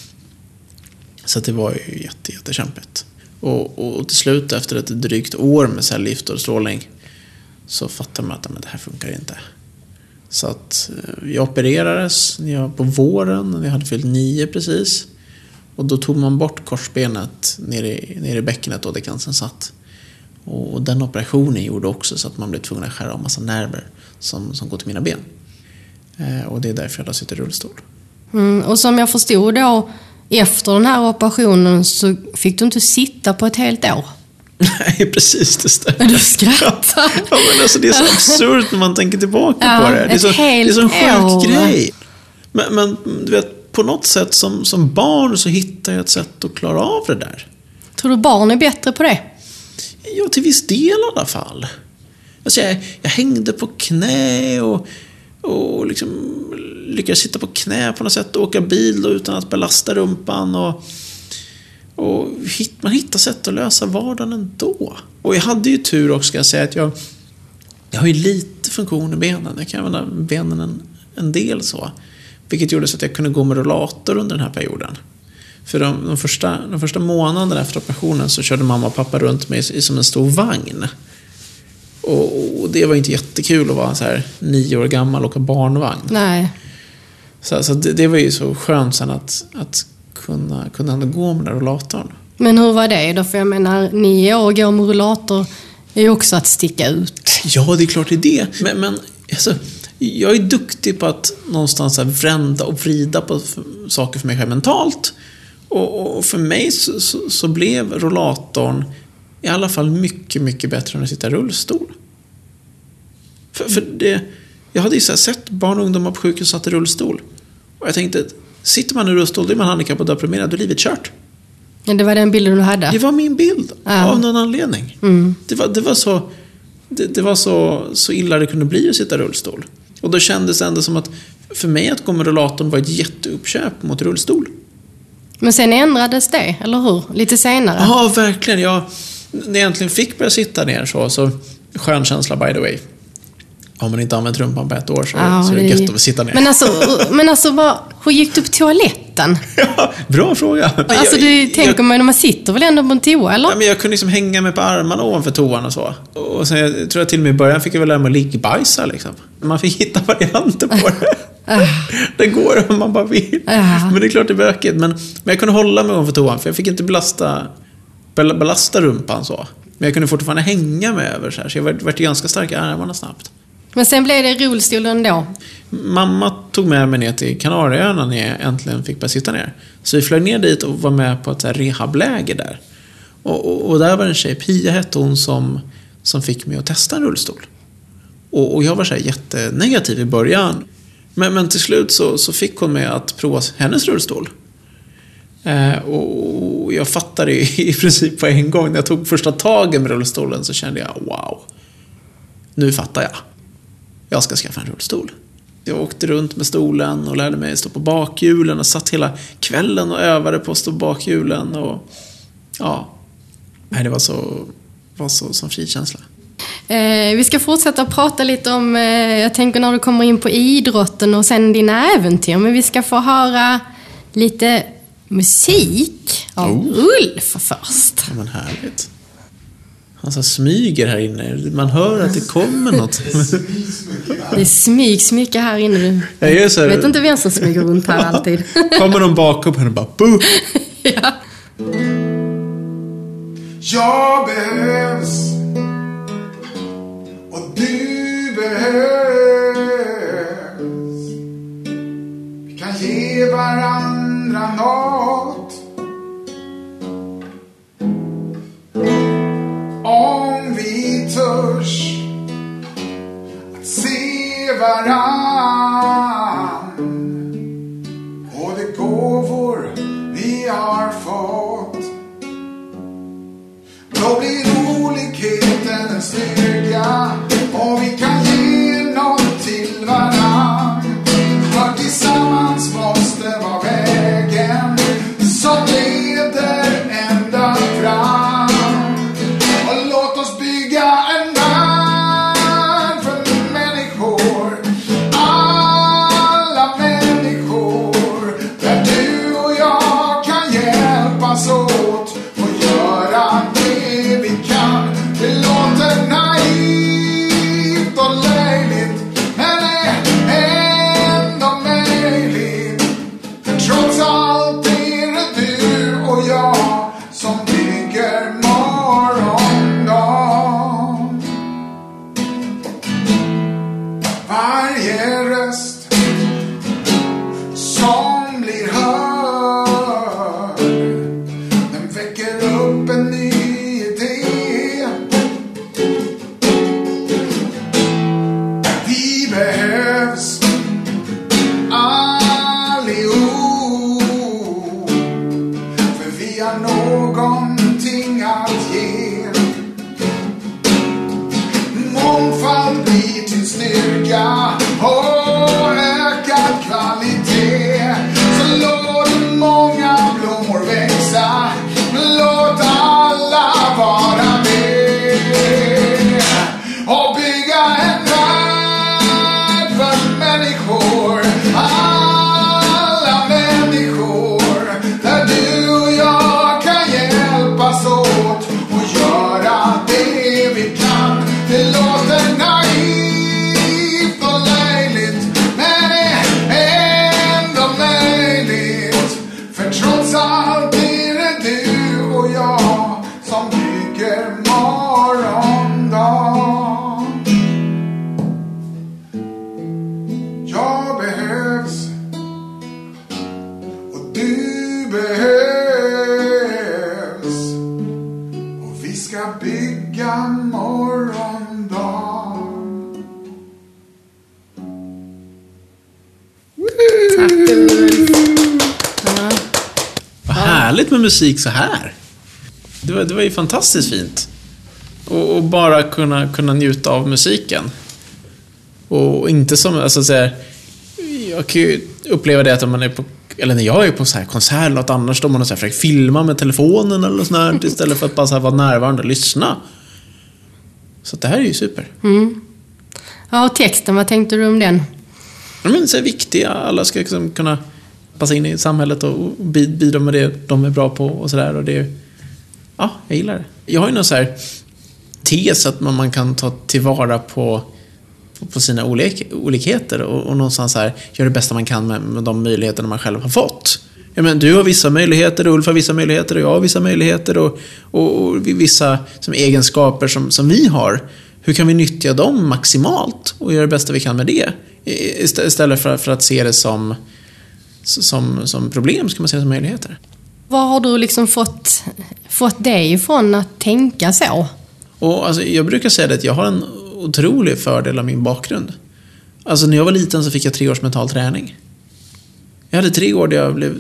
Så det var ju jätte, jättekämpigt. Och, och till slut, efter ett drygt år med cellgift och strålning, så fattade man att men det här funkar inte. Så att jag opererades jag på våren när jag hade fyllt nio precis. Och då tog man bort korsbenet ner i, ner i bäckenet då där cancern satt. Och den operationen gjorde också så att man blev tvungen att skära av massa nerver som, som går till mina ben. Eh, och det är därför jag sitter i rullstol. Mm, och som jag förstod då, efter den här operationen så fick du inte sitta på ett helt år. Nej, precis, det stämmer. Men du skrattar. Ja, men alltså, det är så absurt när man tänker tillbaka ja, på det. Det är så, det är så en sjuk år. grej. Men, men du vet, på något sätt som, som barn så hittar jag ett sätt att klara av det där. Tror du barn är bättre på det? Ja, till viss del i alla fall. Alltså jag, jag hängde på knä och, och liksom lyckades sitta på knä på något sätt och åka bil då, utan att belasta rumpan. Och, och hit, man hittar sätt att lösa vardagen ändå. Och jag hade ju tur också, ska jag säga, att jag, jag har ju lite funktion i benen. Jag kan använda benen en, en del så. Vilket gjorde så att jag kunde gå med rollator under den här perioden. För de, de, första, de första månaderna efter operationen så körde mamma och pappa runt mig i, som en stor vagn. Och, och det var inte jättekul att vara så här nio år gammal och åka barnvagn. Nej. Så, så det, det var ju så skönt sen att, att kunna, kunna ändå gå med den rollatorn. Men hur var det då? För jag menar, nio år går med rollator är ju också att sticka ut. Ja, det är klart det är det. Men, men alltså, jag är duktig på att någonstans här vrända och vrida på saker för mig själv mentalt. Och, och för mig så, så, så blev rollatorn i alla fall mycket, mycket bättre än att sitta i rullstol. För, för det, jag hade ju så här sett barn och ungdomar på sjukhus satt i rullstol. Och jag tänkte, sitter man i rullstol, då är man handikappad och deprimerad, då är livet kört. Ja, det var den bilden du hade? Det var min bild, ja. Av någon anledning. Mm. Det var, det var, så, det, det var så, så illa det kunde bli att sitta i rullstol. Och då kändes det ändå som att för mig att gå med rollatorn var ett jätteuppköp mot rullstol. Men sen ändrades det, eller hur? Lite senare. Ja, verkligen. Jag, när jag egentligen fick börja sitta ner så, så skön känsla by the way. Om man inte använt rumpan på ett år så, ja, så är det gött att sitta ner. Men alltså, men alltså vad, hur gick du på toaletten? Ja, bra fråga. Men alltså jag, du jag, tänker man när man sitter väl ändå på en toa, eller? Ja, men jag kunde liksom hänga mig på armarna ovanför toan och så. Och sen, jag tror jag till och med i början fick jag väl lära mig att liggbajsa liksom. Man fick hitta varianter på det. Det går om man bara vill. Men det är klart det är bökigt. Men, men jag kunde hålla mig ovanför toan för jag fick inte belasta, belasta rumpan så. Men jag kunde fortfarande hänga mig över så här. Så jag var, var ganska stark i armarna snabbt. Men sen blev det rullstolen då? Mamma tog med mig ner till Kanarieöarna när jag äntligen fick börja sitta ner. Så vi flög ner dit och var med på ett så här rehabläger där. Och, och, och där var en tjej, Pia hette hon, som, som fick mig att testa en rullstol. Och, och jag var så här jättenegativ i början. Men, men till slut så, så fick hon mig att prova hennes rullstol. Eh, och jag fattade i, i princip på en gång. När jag tog första tagen med rullstolen så kände jag, wow. Nu fattar jag. Jag ska skaffa en rullstol. Jag åkte runt med stolen och lärde mig stå på bakhjulen och satt hela kvällen och övade på att stå på bakhjulen. Och, ja, nej, det var så, var så som frikänsla. Eh, vi ska fortsätta prata lite om, eh, jag tänker när du kommer in på idrotten och sen dina äventyr. Men vi ska få höra lite musik av oh. Ulf först. Ja, men härligt. Han så smyger här inne. Man hör att det kommer något. Det smygs mycket här inne. Jag är så här... vet inte vem som smyger runt här alltid. Kommer de bakom henne och bara buh. Ja. Jag behövs och du behövs. Vi kan ge varandra något. Om vi törs att se varann och de gåvor vi har fått, då blir olikheten en styrka och vi kan ge något till varann. För tillsammans måste vara vägen som leder ända fram. Och låt oss bygga en värld för människor morgondag. Tack Ulf. Ja. Vad härligt med musik så här. Det var, det var ju fantastiskt fint. Och, och bara kunna, kunna njuta av musiken. Och inte som, alltså så här, jag kan ju uppleva det att man är på, eller när jag är på så här konsert eller något annars, då man har så här försökt filma med telefonen eller sånt här, istället för att bara så här vara närvarande och lyssna. Så det här är ju super. Mm. Ja, och texten, vad tänkte du om den? Ja, men så är viktiga, alla ska liksom kunna passa in i samhället och bidra med det de är bra på och sådär, och det, ja, jag gillar det. Jag har ju någon så här tes att man, man kan ta tillvara på på sina olik, olikheter och, och någonstans här gör det bästa man kan med, med de möjligheterna man själv har fått. Ja, men du har vissa möjligheter, Ulf har vissa möjligheter och jag har vissa möjligheter och, och, och vissa som egenskaper som, som vi har. Hur kan vi nyttja dem maximalt och göra det bästa vi kan med det? Istället för, för att se det som, som, som problem, ska man se det som möjligheter. Vad har du liksom fått, fått dig ifrån att tänka så? Och alltså, jag brukar säga det att jag har en otrolig fördel av min bakgrund. Alltså när jag var liten så fick jag tre års mental träning. Jag hade tre år där jag blev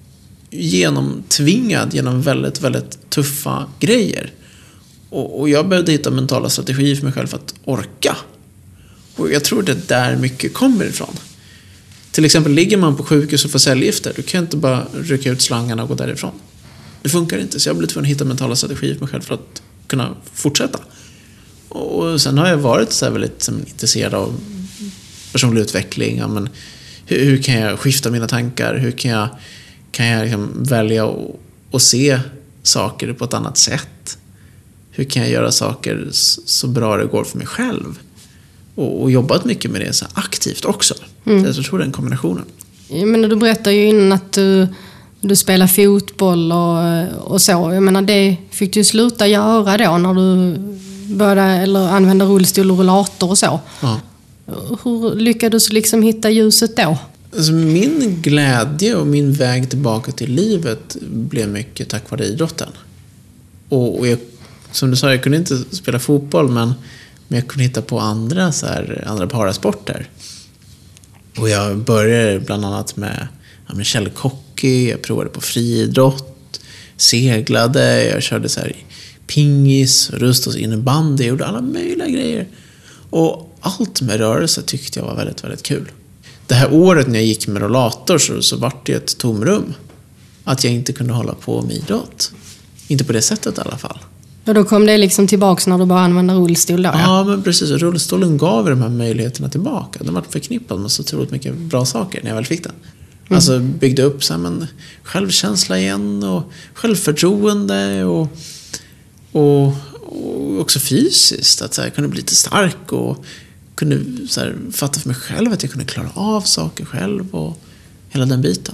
genomtvingad genom väldigt, väldigt tuffa grejer. Och, och jag behövde hitta mentala strategier för mig själv för att orka. Och jag tror det är där mycket kommer ifrån. Till exempel ligger man på sjukhus och får cellgifter, du kan inte bara rycka ut slangarna och gå därifrån. Det funkar inte, så jag blev tvungen att hitta mentala strategier för mig själv för att kunna fortsätta. Och sen har jag varit så här väldigt som, intresserad av personlig utveckling. Ja, men hur, hur kan jag skifta mina tankar? Hur kan jag, kan jag liksom välja och, och se saker på ett annat sätt? Hur kan jag göra saker så, så bra det går för mig själv? Och, och jobbat mycket med det så aktivt också. Mm. Så jag tror det är en kombinationen. Jag menar, du berättade ju innan att du, du spelar fotboll och, och så. Jag menar, det fick du sluta göra då när du började eller använda rullstol och rollator och så. Ja. Hur lyckades du liksom hitta ljuset då? Alltså min glädje och min väg tillbaka till livet blev mycket tack vare idrotten. Och, och jag, som du sa, jag kunde inte spela fotboll, men, men jag kunde hitta på andra, så här, andra parasporter. Och jag började bland annat med, ja, med källhockey, jag provade på friidrott, seglade, jag körde så här pingis, rust och innebandy, jag gjorde alla möjliga grejer. Och allt med rörelse tyckte jag var väldigt, väldigt kul. Det här året när jag gick med rollator så, så var det ett tomrum. Att jag inte kunde hålla på med idrott. Inte på det sättet i alla fall. Och då kom det liksom tillbaka när du bara använde rullstol då? Ja, ja men precis. Rullstolen gav de här möjligheterna tillbaka. Den var förknippad med så otroligt mycket bra saker när jag väl fick den. Mm. Alltså byggde upp så här, men, självkänsla igen och självförtroende och, och, och också fysiskt. Att så här, jag kunde bli lite stark och kunde så här, fatta för mig själv att jag kunde klara av saker själv och hela den biten.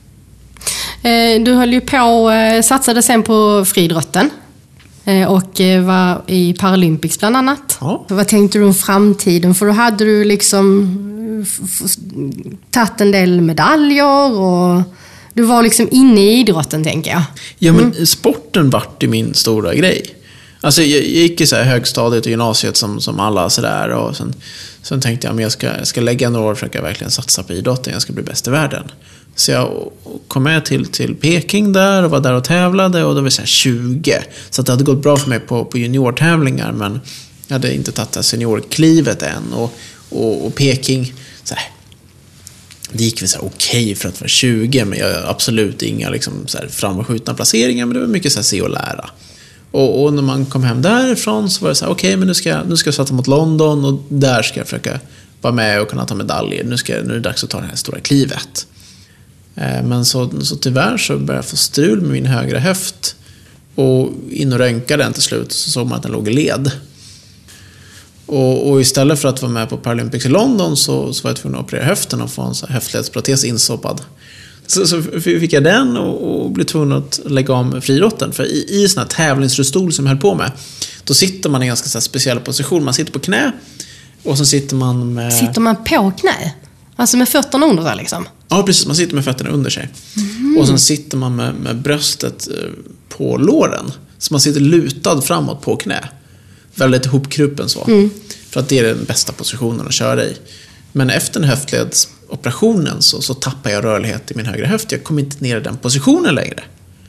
Du höll ju på, satsade sen på friidrotten och var i Paralympics bland annat. Ja. Vad tänkte du om framtiden? För då hade du liksom tagit en del medaljer och du var liksom inne i idrotten, tänker jag. Ja, men mm. sporten vart ju min stora grej. Alltså jag gick i så här högstadiet och gymnasiet som, som alla sådär, och sen, sen tänkte jag att jag ska, jag ska lägga några år och försöka verkligen satsa på idrotten, jag ska bli bäst i världen. Så jag kom med till, till Peking där och var där och tävlade, och då var jag så här tjugo, så att det hade gått bra för mig på, på juniortävlingar, men jag hade inte tagit det seniorklivet än, och, och, och Peking så här, det gick väl så här okej för att vara tjugo, men jag absolut inga liksom så här framskjutna placeringar, men det var mycket så här se och lära. Och, och när man kom hem därifrån så var det så här, okej, okay, men nu ska, jag, nu ska jag satsa mot London, och där ska jag försöka vara med och kunna ta medaljer. Nu, ska, nu är det dags att ta det här stora klivet. Eh, men så, så tyvärr så började jag få strul med min högra höft, och in och röntgade den till slut, så såg man att den låg i led. Och, och istället för att vara med på Paralympics i London så, så var jag tvungen att operera höften och få en så här höftledsprotes insoppad. Så, så fick jag den och, och blev tvungen att lägga om friidrotten. För i, i sån här tävlingsrullstol som jag höll på med, då sitter man i en ganska så här speciell position. Man sitter på knä, och så sitter man med... Sitter man på knä? Alltså med fötterna under sig liksom? Ja, precis. Man sitter med fötterna under sig. Mm. Och sen sitter man med, med bröstet på låren. Så man sitter lutad framåt på knä. väldigt ihopkrupen så. Mm. För att det är den bästa positionen att köra i. Men efter den höftledsoperationen så, så tappade jag rörlighet i min högra höft. Jag kom inte ner i den positionen längre.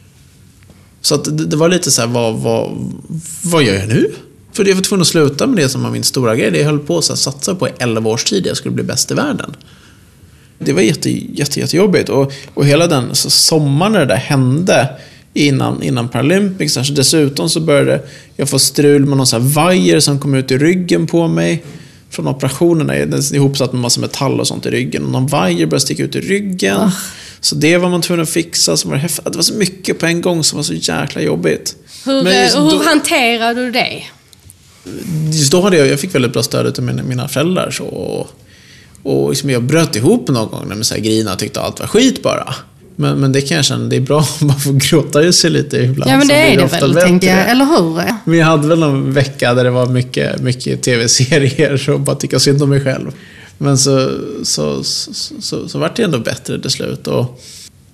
Så att det, det var lite så här, vad, vad, vad gör jag nu? För jag var tvungen att sluta med det som var min stora grej. Det jag höll på att satsa på i elva års tid. Jag skulle bli bäst i världen. Det var jätte, jätte, jättejobbigt. Och, och hela den så sommaren när det där hände innan, innan Paralympics. Så dessutom så började jag få strul med någon sån här vajer som kom ut i ryggen på mig. Från operationerna. Den är ihopsatt med massa metall och sånt i ryggen. Och någon vajer började sticka ut i ryggen. Oh. Så det var man tvungen att fixa. Som var häftigt. Det var så mycket på en gång som var så jäkla jobbigt. Hur, Men just, hur då, hanterade du det? Just då hade jag, jag fick väldigt bra stöd av mina, mina föräldrar. Så, och och liksom jag bröt ihop någon gång när man så här grina och tyckte allt var skit bara. Men, men det kan jag känna, det är bra om man får gråta sig lite ibland. Ja, men det är det väl, tänker jag. Eller hur? Men jag hade väl någon vecka där det var mycket, mycket tv-serier och bara tycka synd om mig själv. Men så, så, så, så, så var det ändå bättre till slut. Och,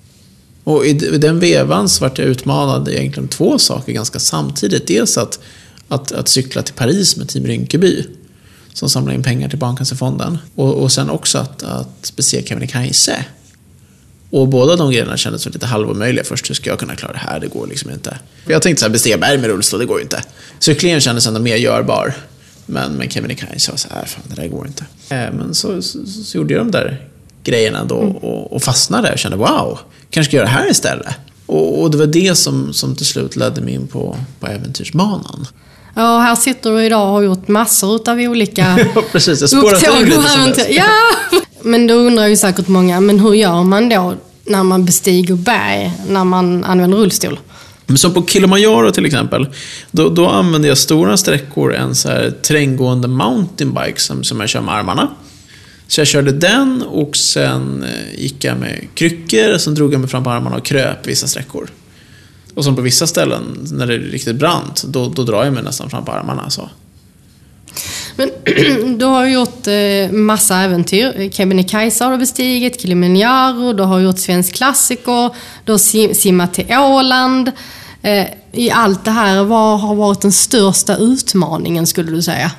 och i, i den vevan så var jag utmanad egentligen två saker ganska samtidigt. Dels att, att, att cykla till Paris med Team Rinkeby som samlar in pengar till Barncancerfonden. Och, och sen också att, att besegra Kebnekaise. Och båda de grejerna kändes lite halvomöjliga. Först, hur ska jag kunna klara det här? Det går liksom inte. Jag tänkte så här, bestiga berg med rullstol, det går ju inte. Cyklingen kändes ändå mer görbar. Men, men Kebnekaise var så här, fan, det där går inte. Men så, så, så, så gjorde jag de där grejerna då och, och fastnade och kände, wow, kanske ska jag göra det här istället. Och, och det var det som, som till slut ledde mig in på, på äventyrsbanan. Ja, här sitter du idag och har gjort massor av olika ja, precis, jag spårat ur lite. Ja, men då undrar ju säkert många, men hur gör man då när man bestiger berg, när man använder rullstol? Som på Kilimanjaro till exempel, då, då använde jag stora sträckor en så här terränggående mountainbike som, som jag kör med armarna. Så jag körde den och sen gick jag med kryckor, sen drog jag mig fram på armarna och kröp vissa sträckor. Och som på vissa ställen, när det är riktigt brant, då, då drar jag mig nästan fram på armarna. Så. Men du har gjort eh, massa äventyr. Kebnekaise har du bestigit, Kilimanjaro, du har gjort svensk klassiker, du har sim- simmat till Åland. Eh, I allt det här, vad har varit den största utmaningen, skulle du säga?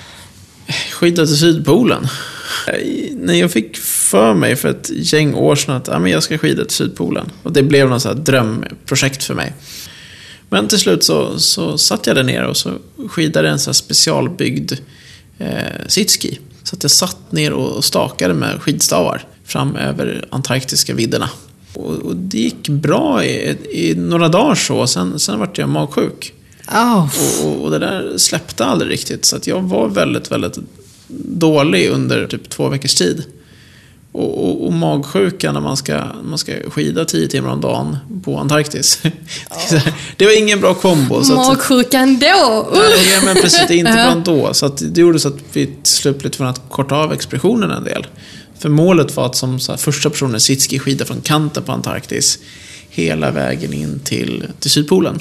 Skida till Sydpolen. När jag fick för mig för ett gäng år sedan att ja, men jag ska skida till Sydpolen. Och det blev något så här drömprojekt för mig. Men till slut så, så satt jag där nere och så skidade en så här specialbyggd eh, sitski. Så att jag satt ner och stakade med skidstavar fram över antarktiska vidderna. Och, och det gick bra i, i några dagar så. Sen, sen var jag magsjuk. Oh. Och, och det där släppte aldrig riktigt. Så att jag var väldigt, väldigt dålig under typ två veckors tid. Och, och, och magsjuka när man ska, man ska skida tio timmar om dagen på Antarktis. Oh. Det var ingen bra kombo. Magsjukan då? Uh. Ja, men precis, det är inte bra då. Så att det gjorde så att vi slutligt var att korta av expeditionen en del. För målet var att som så här, första personen sitski skida från kanten på Antarktis hela vägen in till, till Sydpolen.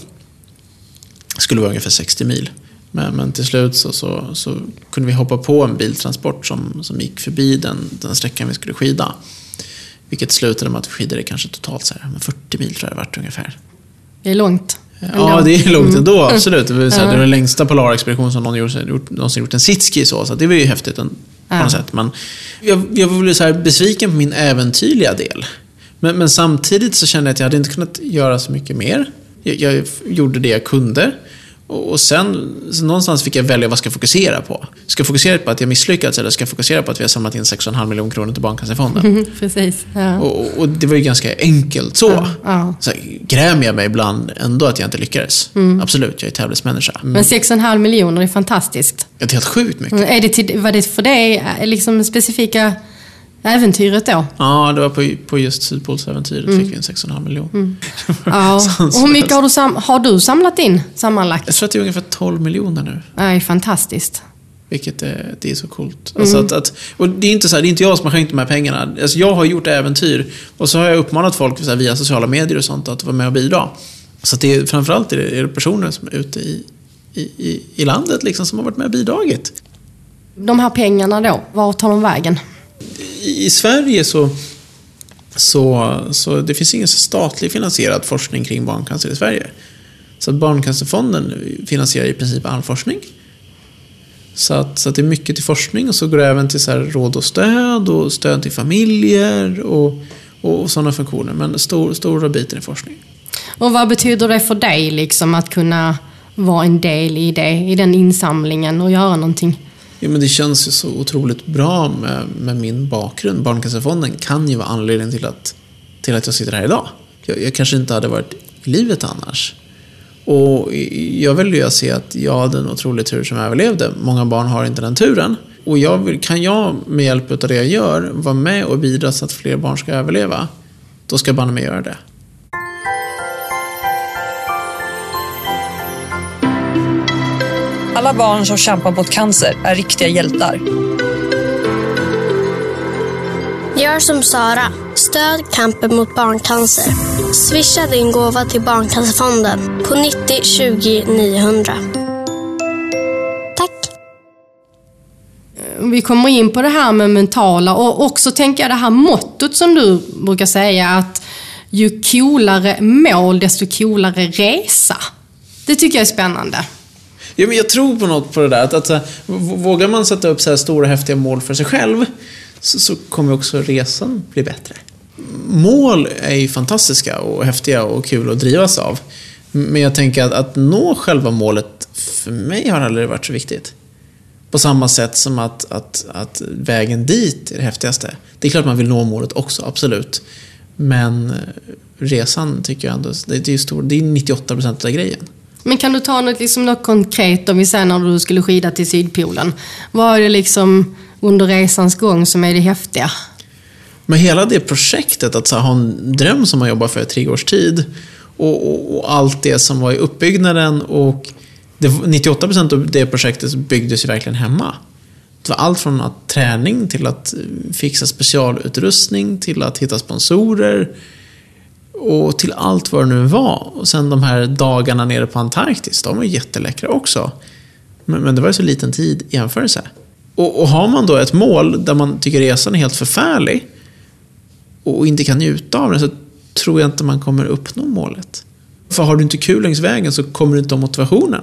Det skulle vara ungefär sextio mil. Men, men till slut så, så, så kunde vi hoppa på en biltransport som, som gick förbi den, den sträckan vi skulle skida. Vilket slutade med att vi skidade kanske totalt så här, fyrtio mil tror jag det vart ungefär. Det är långt. Ja, det är långt ändå, mm. absolut. Det var så här, det var den längsta polarexpedition som någon gjort, någonsin gjort en sitski så. Så det var ju häftigt en, på något sätt. Men jag, jag var väl så här besviken på min äventyrliga del. Men, men samtidigt så kände jag att jag hade inte kunnat göra så mycket mer. Jag, jag gjorde det jag kunde. Och sen så någonstans fick jag välja vad ska jag fokusera på. Ska jag fokusera på att jag misslyckats eller ska jag fokusera på att vi har samlat in sex komma fem miljoner kronor till Barncancerfonden? Mm, precis. Ja. Och, och det var ju ganska enkelt så. Ja, ja. Så grämer jag mig ibland ändå att jag inte lyckades. Mm. Absolut, jag är tävlingsmänniska. Mm. Men sex komma fem miljoner är fantastiskt. Det är helt sjukt mycket. Är det till, var det för dig liksom specifika äventyret då? Ja, det var på, på just Sydpolsäventyret mm. fick vi en sex komma fem miljoner. Mm. Ja. Och hur mycket har du, sam- har du samlat in sammanlagt? Jag tror att det är ungefär tolv miljoner nu. Nej, fantastiskt. Vilket är, det är så coolt. Mm. Alltså att, att, och det är inte så här, det är inte jag som har skänkt de här pengarna. Alltså jag har gjort äventyr och så har jag uppmanat folk så här, via sociala medier och sånt att vara med och bidra. Så att det är, framförallt är det, är det personer som är ute i, i, i, i landet liksom, som har varit med och bidragit. De här pengarna då, var tar de vägen? I, i Sverige så, så, så det finns ingen statlig finansierad forskning kring barncancer i Sverige. Så att Barncancerfonden finansierar i princip all forskning. Så att, så att det är mycket till forskning, och så går det även till så här råd och stöd och stöd till familjer och, och sådana funktioner. Men stor, stora bitar i forskning. Och vad betyder det för dig liksom, att kunna vara en del i det, i den insamlingen och göra någonting? Ja, men det känns ju så otroligt bra med, med min bakgrund. Barncancerfonden kan ju vara anledningen till att, till att jag sitter här idag. Jag, jag kanske inte hade varit i livet annars. Och jag vill ju se att jag hade en otrolig tur som överlevde. Många barn har inte den turen. Och jag vill, kan jag med hjälp av det jag gör vara med och bidra så att fler barn ska överleva, då ska jag bara med göra det. Alla barn som kämpar mot cancer är riktiga hjältar. Gör som Sara. Stöd kampen mot barncancer. Swisha din gåva till Barncancerfonden på nittio tjugo niohundra. Tack. Vi kommer in på det här med mentala, och också tänker jag det här mottot som du brukar säga, att ju coolare mål desto coolare resa. Det tycker jag är spännande. Ja, men jag tror på något på det där. Att, att, att, vågar man sätta upp så här stora häftiga mål för sig själv, så, så kommer också resan bli bättre. Mål är ju fantastiska och häftiga och kul att drivas av. Men jag tänker att, att nå själva målet för mig har aldrig varit så viktigt. På samma sätt som att, att, att vägen dit är det häftigaste. Det är klart man vill nå målet också, absolut. Men resan tycker jag ändå, det är, stor, det är nittioåtta procent av grejen. Men kan du ta något, liksom, något konkret om vi säger när du skulle skida till Sydpolen? Vad är det liksom under resans gång som är det häftiga? Men hela det projektet, att så, ha en dröm som man jobbar för i tre års tid, och, och, och allt det som var i uppbyggnaden, och det, nittioåtta procent av det projektet byggdes ju verkligen hemma. Det var allt från att träning till att fixa specialutrustning till att hitta sponsorer och till allt vad det nu var. Och sen de här dagarna nere på Antarktis, de var jätteläckra också. Men, men det var ju så liten tid i jämförelse. Och, och har man då ett mål där man tycker resan är helt förfärlig och inte kan njuta av det, så tror jag inte man kommer uppnå målet. För har du inte kul längs vägen så kommer du inte ha motivationen.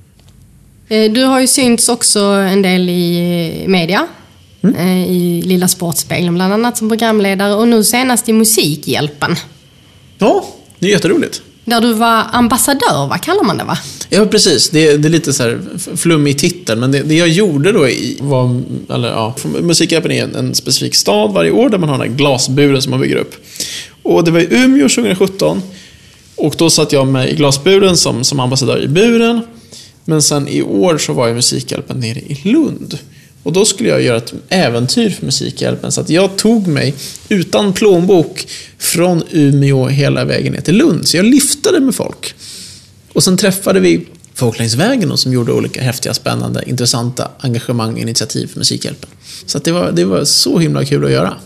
Du har ju synts också en del i media. Mm. I Lilla Sportspegeln bland annat som programledare, och nu senast i Musikhjälpen. Ja, det är jätteroligt. Där du var ambassadör, vad kallar man det, va? Ja, precis. Det är, det är lite så här flummig titel, men det, det jag gjorde då i, var, eller ja, Musikhjälpen är en, en specifik stad varje år där man har den här glasburen som man bygger upp. Och det var i Umeå tjugosjutton, och då satt jag med i glasburen som, som ambassadör i buren. Men sen i år så var jag Musikhjälpen nere i Lund. Och då skulle jag göra ett äventyr för Musikhjälpen. Så att jag tog mig utan plånbok från Umeå hela vägen ner till Lund. Så jag lyftade med folk. Och sen träffade vi folk längs vägen som gjorde olika häftiga, spännande, intressanta engagemang och initiativ för Musikhjälpen. Så att det, var, det var så himla kul att göra.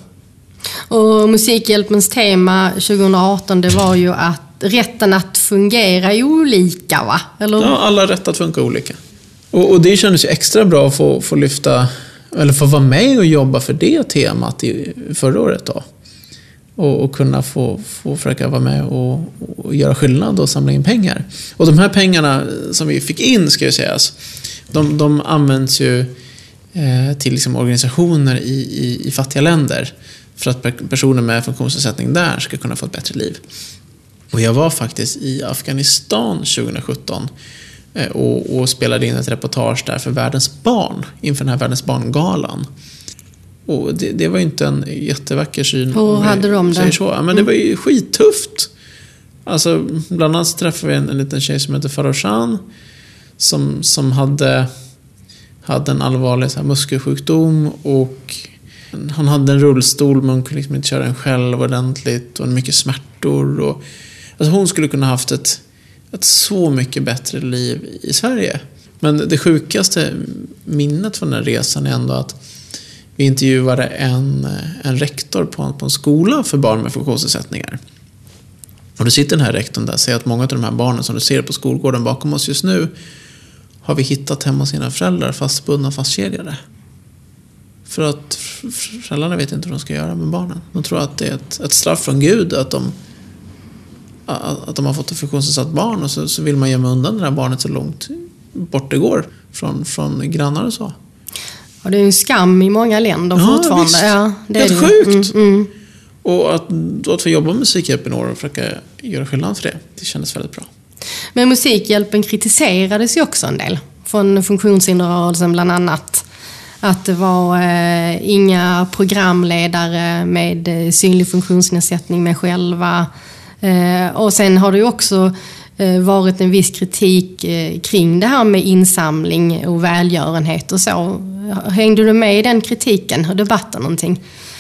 Och Musikhjälpens tema tjugoarton, det var ju att rätten att fungera olika, va? Eller? Ja, alla rätt att funka olika. Och, och det kändes ju extra bra att få, få lyfta, eller få vara med och jobba för det temat i förra året då. Och, och kunna få, få försöka vara med och, och göra skillnad och samla in pengar. Och de här pengarna som vi fick in, ska jag säga, de, de används ju eh, till liksom organisationer i, i, i fattiga länder för att personer med funktionsnedsättning där ska kunna få ett bättre liv. Och jag var faktiskt i Afghanistan tjugosjutton och, och spelade in ett reportage där för Världens barn inför den här Världens barngalan. Och det, det var ju inte en jättevacker syn. Hur hade de det? Så. Men det var ju skittufft. Alltså, bland annat träffade vi en, en liten tjej som heter Faroshan som, som hade, hade en allvarlig så här, muskelsjukdom, och han hade en rullstol men hon kunde liksom inte köra den själv ordentligt och mycket smärtor. Och, alltså hon skulle kunna haft ett, ett så mycket bättre liv i Sverige. Men det sjukaste minnet från den resan är ändå att vi intervjuade en, en rektor på en, på en skola för barn med funktionsnedsättningar. Och då sitter den här rektorn där och säger att många av de här barnen som du ser på skolgården bakom oss just nu har vi hittat hemma sina föräldrar fastbundna och fastkedjade. För att föräldrarna vet inte vad de ska göra med barnen. De tror att det är ett, ett straff från Gud att de, att de har fått ett funktionsnedsatt barn, och så, så vill man gömma undan det här barnet så långt bort det går från, från grannar och så. Och det är ju en skam i många länder ja, fortfarande. Visst. Ja, det Helt är det. sjukt. Mm, mm. Och att, att få jobba med Musikhjälpen i år och försöka göra skillnad för det, det kändes väldigt bra. Men Musikhjälpen kritiserades ju också en del från funktionshinderrörelsen bland annat. Att det var eh, inga programledare med eh, synlig funktionsnedsättning med själva. Eh, och sen har det ju också eh, varit en viss kritik eh, kring det här med insamling och välgörenhet och så. Hängde du med i den kritiken och debatten någonting?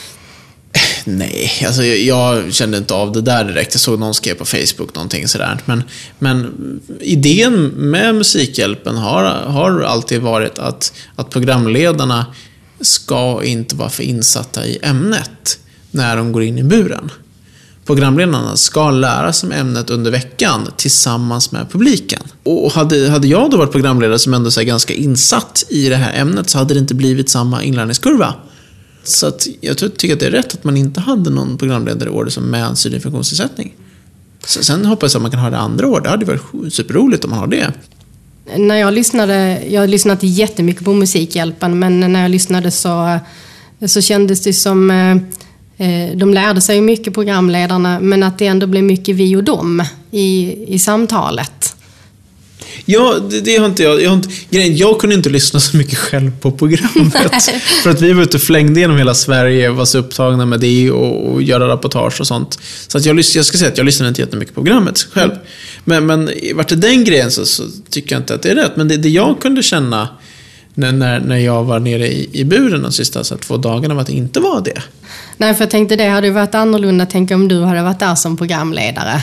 Nej, alltså jag, jag kände inte av det där direkt. Jag såg någon skrev på Facebook någonting sådär. Men, men idén med Musikhjälpen har, har alltid varit att, att programledarna ska inte vara för insatta i ämnet när de går in i buren. Programledarna ska lära sig om ämnet under veckan tillsammans med publiken. Och hade, hade jag då varit programledare som ändå är ganska insatt i det här ämnet, så hade det inte blivit samma inlärningskurva. Så att jag tycker att det är rätt att man inte hade någon programledare i år som med en synlig funktionsnedsättning. Sen hoppas jag att man kan ha det andra år. Det hade varit superroligt om man har det. När jag lyssnade, jag har lyssnat jättemycket på Musikhjälpen, men när jag lyssnade så, så kändes det som eh, de lärde sig mycket, programledarna, men att det ändå blev mycket vi och dem i, i samtalet. Ja, det, det har inte jag. Jag, har inte, grejen, jag kunde inte lyssna så mycket själv på programmet. För att vi var ute och flängde genom hela Sverige, var så upptagna med det och, och göra rapportage och sånt. Så att jag, jag ska säga att jag lyssnade inte jättemycket på programmet själv. Men, men vart det den grejen så, så tycker jag inte att det är rätt. Men det, det jag kunde känna när, när, när jag var nere i, i buren de sista så två dagarna var att det inte var det. Nej, för jag tänkte det hade varit annorlunda. Tänk om du hade varit där som programledare.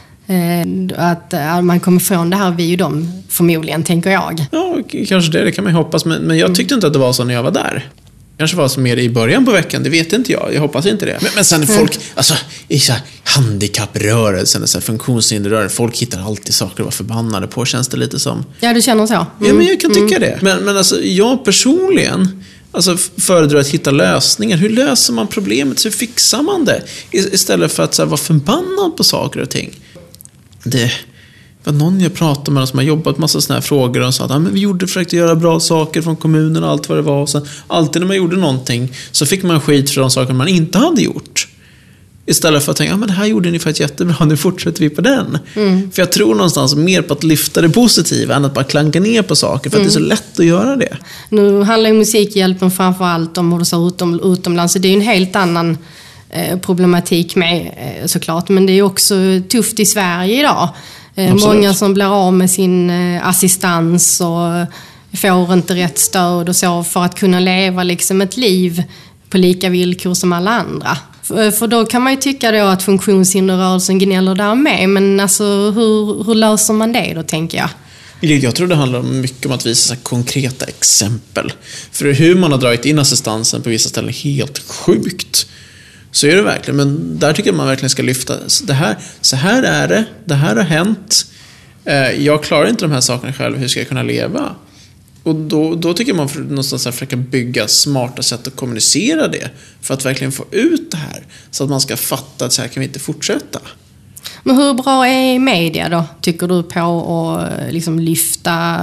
Att man kommer från det här vi och dem förmodligen, tänker jag. Ja, kanske det, det kan man ju hoppas. Men, men jag tyckte inte att det var så när jag var där. Kanske var så mer i början på veckan, det vet inte jag. Jag hoppas inte det. Men, men sen folk, mm. alltså i så här handikapprörelsen, så här funktionshinderrörelsen, folk hittar alltid saker att vara förbannade på, känns det lite som. Ja, du känner så. Mm. Ja, men jag kan tycka mm. det. Men, men alltså, jag personligen alltså, föredrar att hitta lösningar. Hur löser man problemet? Hur fixar man det? Istället för att så här, vara förbannad på saker och ting. Det var någon jag pratade med som har jobbat massa såna här frågor och sa att ah, men vi gjorde, försökte göra bra saker från kommunen och allt vad det var. Och sen, alltid när man gjorde någonting så fick man skit för de saker man inte hade gjort. Istället för att tänka, ah, men det här gjorde ni faktiskt jättebra, nu fortsätter vi på den. Mm. För jag tror någonstans mer på att lyfta det positiva än att bara klanka ner på saker, för mm. att det är så lätt att göra det. Nu handlar ju Musikhjälpen framförallt om hur det ser ut utom, utomlands, så det är ju en helt annan problematik med såklart, men det är också tufft i Sverige idag. Absolut. Många som blir av med sin assistans och får inte rätt stöd och så för att kunna leva liksom ett liv på lika villkor som alla andra. För då kan man ju tycka då att funktionshinderrörelsen gnäller där med, men alltså hur, hur löser man det då, tänker jag? Jag tror det handlar mycket om att visa så konkreta exempel. För hur man har dragit in assistansen på vissa ställen är helt sjukt. Så är det verkligen, men där tycker jag man verkligen ska lyfta det här, så här är det, det här har hänt, jag klarar inte de här sakerna själv, hur ska jag kunna leva? Och då, då tycker man någonstans försöka bygga smarta sätt att kommunicera det för att verkligen få ut det här, så att man ska fatta att så här kan vi inte fortsätta. Men hur bra är media då, tycker du, på att liksom lyfta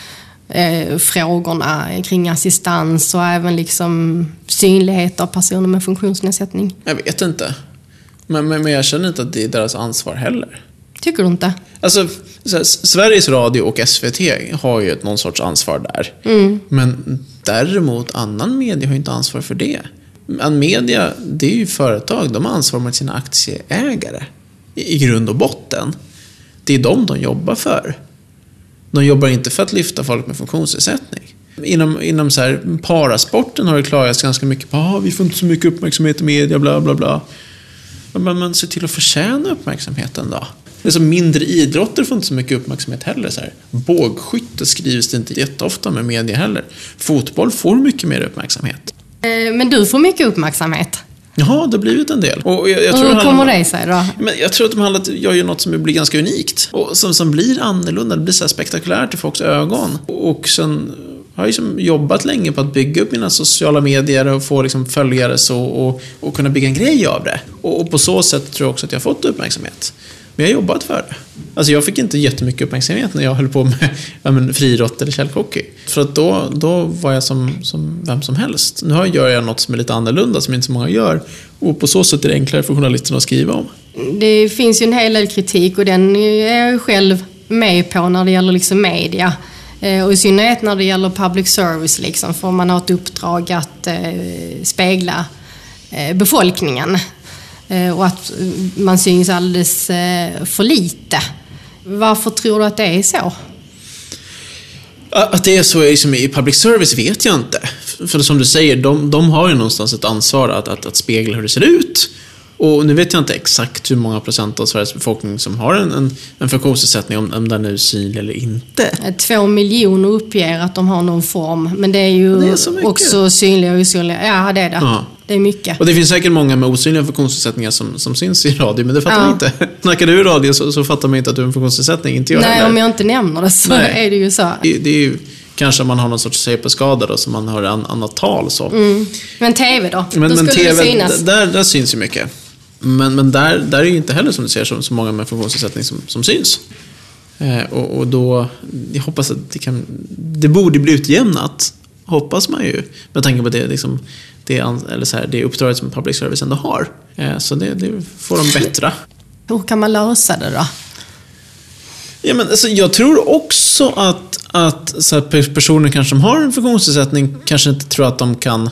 eh, frågorna kring assistans och även liksom synlighet av personer med funktionsnedsättning? Jag vet inte. Men, men, men jag känner inte att det är deras ansvar heller. Tycker du inte? Alltså, så här, Sveriges Radio och S V T har ju ett någon sorts ansvar där. Mm. Men däremot annan media har ju inte ansvar för det. En media, det är ju företag. De har ansvar med sina aktieägare. I, i grund och botten. Det är de de jobbar för. De jobbar inte för att lyfta folk med funktionsnedsättning. Inom, inom så här, parasporten har det klagats ganska mycket på ah, vi får inte så mycket uppmärksamhet i media, bla bla bla. Men man ser till att förtjäna uppmärksamheten då. Det är så mindre idrotter får inte så mycket uppmärksamhet heller. Så här. Bågskytte skrivs det inte jätteofta med media heller. Fotboll får mycket mer uppmärksamhet. Men du får mycket uppmärksamhet. Jaha, det har blivit en del. Och jag, jag och tror hur det kommer det sig då? Men jag tror att de handlar, jag gör något som blir ganska unikt. Och som, som blir annorlunda, det blir så här spektakulärt i folks ögon. Och sen har jag liksom jobbat länge på att bygga upp mina sociala medier och få liksom följare så, och, och kunna bygga en grej av det. Och, och på så sätt tror jag också att jag har fått uppmärksamhet. Men jag jobbat för det. Alltså jag fick inte jättemycket uppmärksamhet när jag höll på med ja, men, friidrott eller källhockey. För att då, då var jag som, som vem som helst. Nu gör jag något som är lite annorlunda som inte så många gör. Och på så sätt är det enklare för journalisterna att skriva om. Det finns ju en hel del kritik och den är jag själv med på när det gäller liksom media. Och i synnerhet när det gäller public service liksom, för man har ett uppdrag att eh, spegla eh, befolkningen. Eh, och att man syns alldeles eh, för lite. Varför tror du att det är så? Att det är så liksom, i public service vet jag inte. För som du säger, de, de har ju någonstans ett ansvar att, att, att spegla hur det ser ut. Och nu vet jag inte exakt hur många procent av Sveriges befolkning som har en, en, en funktionsnedsättning, om, om den är synlig eller inte. Två miljoner uppger att de har någon form, men det är ju det är också synliga och osynliga. Ja, det är det. Ja. Det är mycket. Och det finns säkert många med osynliga funktionsnedsättningar som, som syns i radio, men det fattar ja. man inte. Snackar du i radio så, så fattar man inte att du har en funktionsnedsättning, inte jag Nej, heller. om jag inte nämner det så Nej. är det ju så. Det, det är ju kanske man har någon sorts C P-skada då, som man har an, annat tal så. Mm. Men tv då? Men, då men skulle T V, det synas. Där, där syns ju mycket. Men, men där, där är ju inte heller som du ser så, så många med funktionsnedsättning som, som syns. Eh, och, och då, jag hoppas att det kan, det borde bli utjämnat, hoppas man ju, med tanke på det, liksom, det, eller så här, det uppdraget som public service ändå har. Eh, så det, det får de bättra. Hur kan man lösa det då? Ja, men, alltså, jag tror också att, att så här, personer kanske som har en funktionsnedsättning kanske inte tror att de kan,